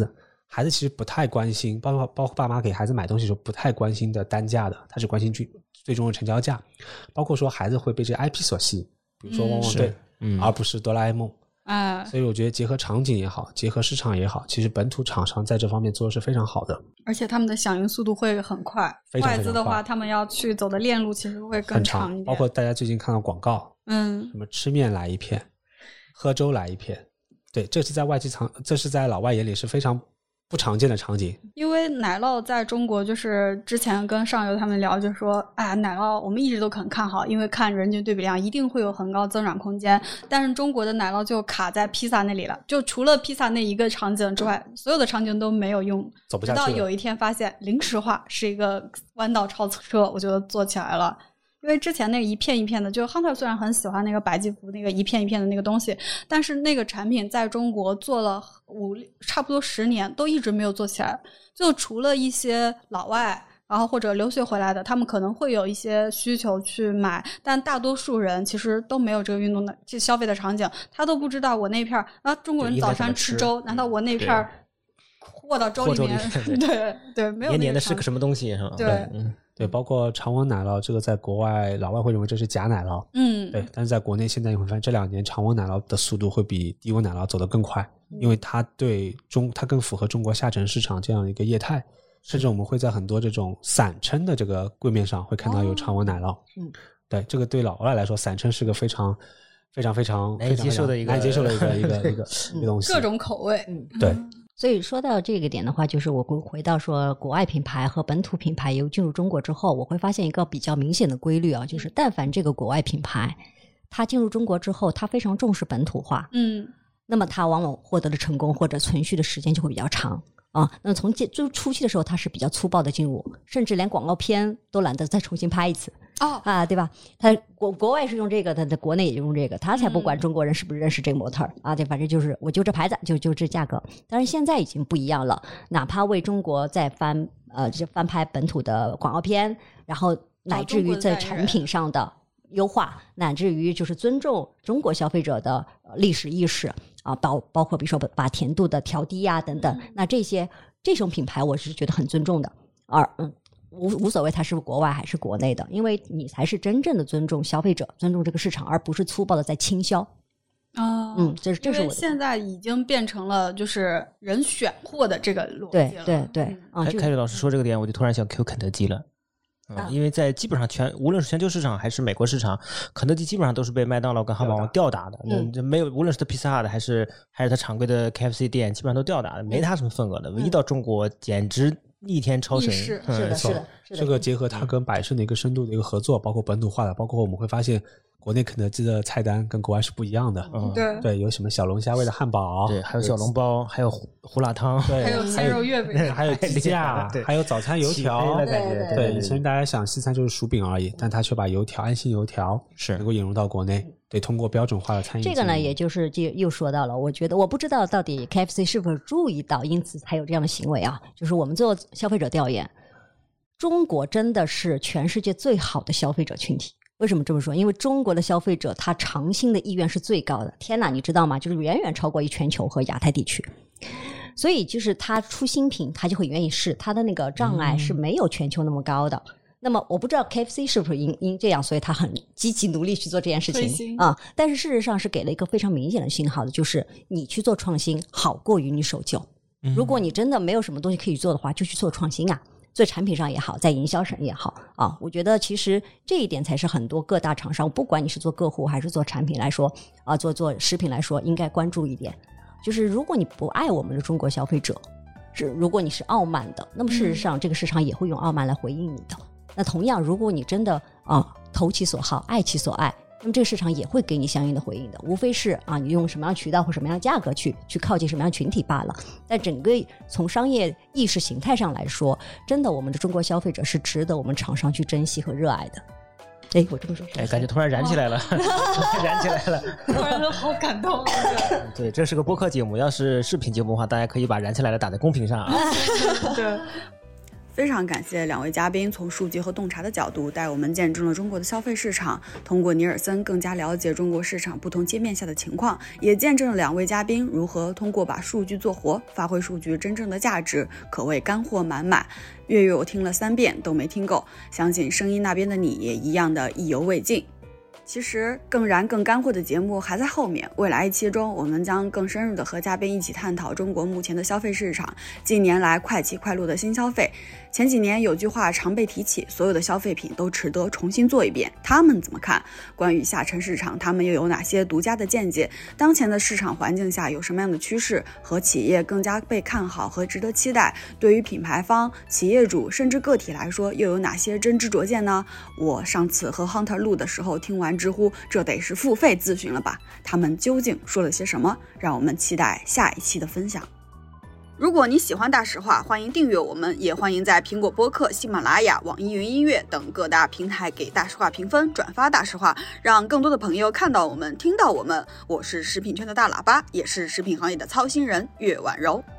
孩子其实不太关心，包括爸妈给孩子买东西的时候不太关心的单价的，他只关心最终的成交价。包括说孩子会被这 IP 所吸引，比如说汪汪队，而不是哆啦 A 梦。所以我觉得结合场景也好，结合市场也好，其实本土厂商在这方面做的是非常好的， 而且他们的响应速度会很快。 非常非常快。 外资的话，他们要去走的链路其实会更长一点。 包括大家最近看到广告，什么吃面来一片，喝粥来一片，对，这是在老外眼里是非常不常见的场景。 因为奶酪在中国，就是之前跟上游他们聊，就说奶酪我们一直都很看好，因为看人均对比量一定会有很高增长空间，但是中国的奶酪就卡在披萨那里了，就除了披萨那一个场景之外，所有的场景都没有用， 走不下去了。 直到有一天发现零食化是一个弯道超车，我觉得做起来了。因为之前那个一片一片的，就 Hunter 虽然很喜欢那个百吉福那个一片一片的那个东西，但是那个产品在中国做了差不多10年都一直没有做起来，就除了一些老外然后或者留学回来的，他们可能会有一些需求去买，但大多数人其实都没有这个运动的这消费的场景，他都不知道我那片中国人早餐吃粥，难道我那片和到粥里面对没有黏黏的是个什么东西是吧？ 对，包括常温奶酪，这个在国外老外会认为这是假奶酪，对，但是在国内现在你会发现这2年常温奶酪的速度会比低温奶酪走得更快，因为它更符合中国下沉市场这样一个业态，甚至我们会在很多这种散称的这个柜面上会看到有常温奶酪。对，这个对老外来说，散称是个非常难以接受的一个东西， 各种口味。 对。 所以说到这个点的话，就是我回到说国外品牌和本土品牌由进入中国之后，我会发现一个比较明显的规律啊，就是但凡这个国外品牌它进入中国之后，它非常重视本土化，那么它往往获得的成功或者存续的时间就会比较长啊。那么从就初期的时候，它是比较粗暴的进入，甚至连广告片都懒得再重新拍一次对吧？他国外是用这个，他在国内也用这个，他才不管中国人是不是认识这个模特对，反正就是我就这牌子，就这价格。但是现在已经不一样了，哪怕为中国再翻拍本土的广告片，然后乃至于在产品上的优化，乃至于就是尊重中国消费者的历史意识包括比如说把甜度的调低等等，那这种品牌我是觉得很尊重的，无所谓它是国外还是国内的，因为你才是真正的尊重消费者，尊重这个市场，而不是粗暴的在倾销。这是我现在已经变成了就是人选货的这个逻辑了。 对。 凯瑞老师说这个点，我就突然想 Q 肯德基了。因为在基本上无论是全球市场还是美国市场，肯德基基本上都是被麦当劳跟汉堡王吊打的。没有，无论是他披萨的还是他常规的 KFC 店，基本上都吊打的，没他什么份额的。唯一到中国简直逆天超神。 是的。 这个结合它跟百胜的一个深度的一个合作，包括本土化的，包括我们会发现国内肯德基的菜单跟国外是不一样的。对，有什么小龙虾味的汉堡， 对，还有小笼包，还有胡辣汤， 对， 还有鲜肉月饼， 还有鸡架，还有早餐油条。 对， 以前大家想西餐就是薯饼而已，但他却把油条安心油条能够引入到国内。对，通过标准化的餐饮。 这个呢，也就是又说到了，我觉得我不知道到底 KFC 是否注意到，因此才有这样的行为就是我们做消费者调研，中国真的是全世界最好的消费者群体。为什么这么说？因为中国的消费者他尝新的意愿是最高的。天哪，你知道吗？就是远远超过于全球和亚太地区。所以就是他出新品，他就会愿意试，他的那个障碍是没有全球那么高的。那么我不知道 KFC 是不是因这样，所以他很积极努力去做这件事情但是事实上是给了一个非常明显的信号的，就是你去做创新好过于你守旧。如果你真的没有什么东西可以做的话，就去做创新在产品上也好，在营销上也好我觉得其实这一点才是很多各大厂商，不管你是做个户还是做产品来说做食品来说，应该关注一点，就是如果你不爱我们的中国消费者，如果你是傲慢的，那么事实上这个市场也会用傲慢来回应你的。那同样，如果你真的投其所好，爱其所爱，那么这个市场也会给你相应的回应的，无非是你用什么样的渠道或什么样的价格去靠近什么样的群体罢了。但整个从商业意识形态上来说，真的我们的中国消费者是值得我们厂商去珍惜和热爱的。我这么说感觉突然燃起来了燃起来了， 突然都好感动对，这是个播客节目，要是视频节目的话，大家可以把燃起来了打在公屏上对， 非常感谢两位嘉宾从数据和洞察的角度带我们见证了中国的消费市场，通过尼尔森更加了解中国市场不同界面下的情况，也见证了两位嘉宾如何通过把数据做活，发挥数据真正的价值，可谓干货满满。月月我听了3遍都没听够，相信声音那边的你也一样的意犹未尽。其实更燃更干货的节目还在后面，未来1期中我们将更深入的和嘉宾一起探讨中国目前的消费市场，近年来快起快落的新消费。前几年有句话常被提起，所有的消费品都值得重新做一遍，他们怎么看？关于下沉市场，他们又有哪些独家的见解？当前的市场环境下有什么样的趋势和企业更加被看好和值得期待？对于品牌方、企业主甚至个体来说，又有哪些真知灼见呢？我上次和 Hunter 录的时候，听完知乎，这得是付费咨询了吧？他们究竟说了些什么？让我们期待下一期的分享。如果你喜欢大实话，欢迎订阅我们，也欢迎在苹果播客、喜马拉雅、网易云音乐等各大平台给大实话评分，转发大实话，让更多的朋友看到我们、听到我们。我是食品圈的大喇叭，也是食品行业的操心人岳婉柔。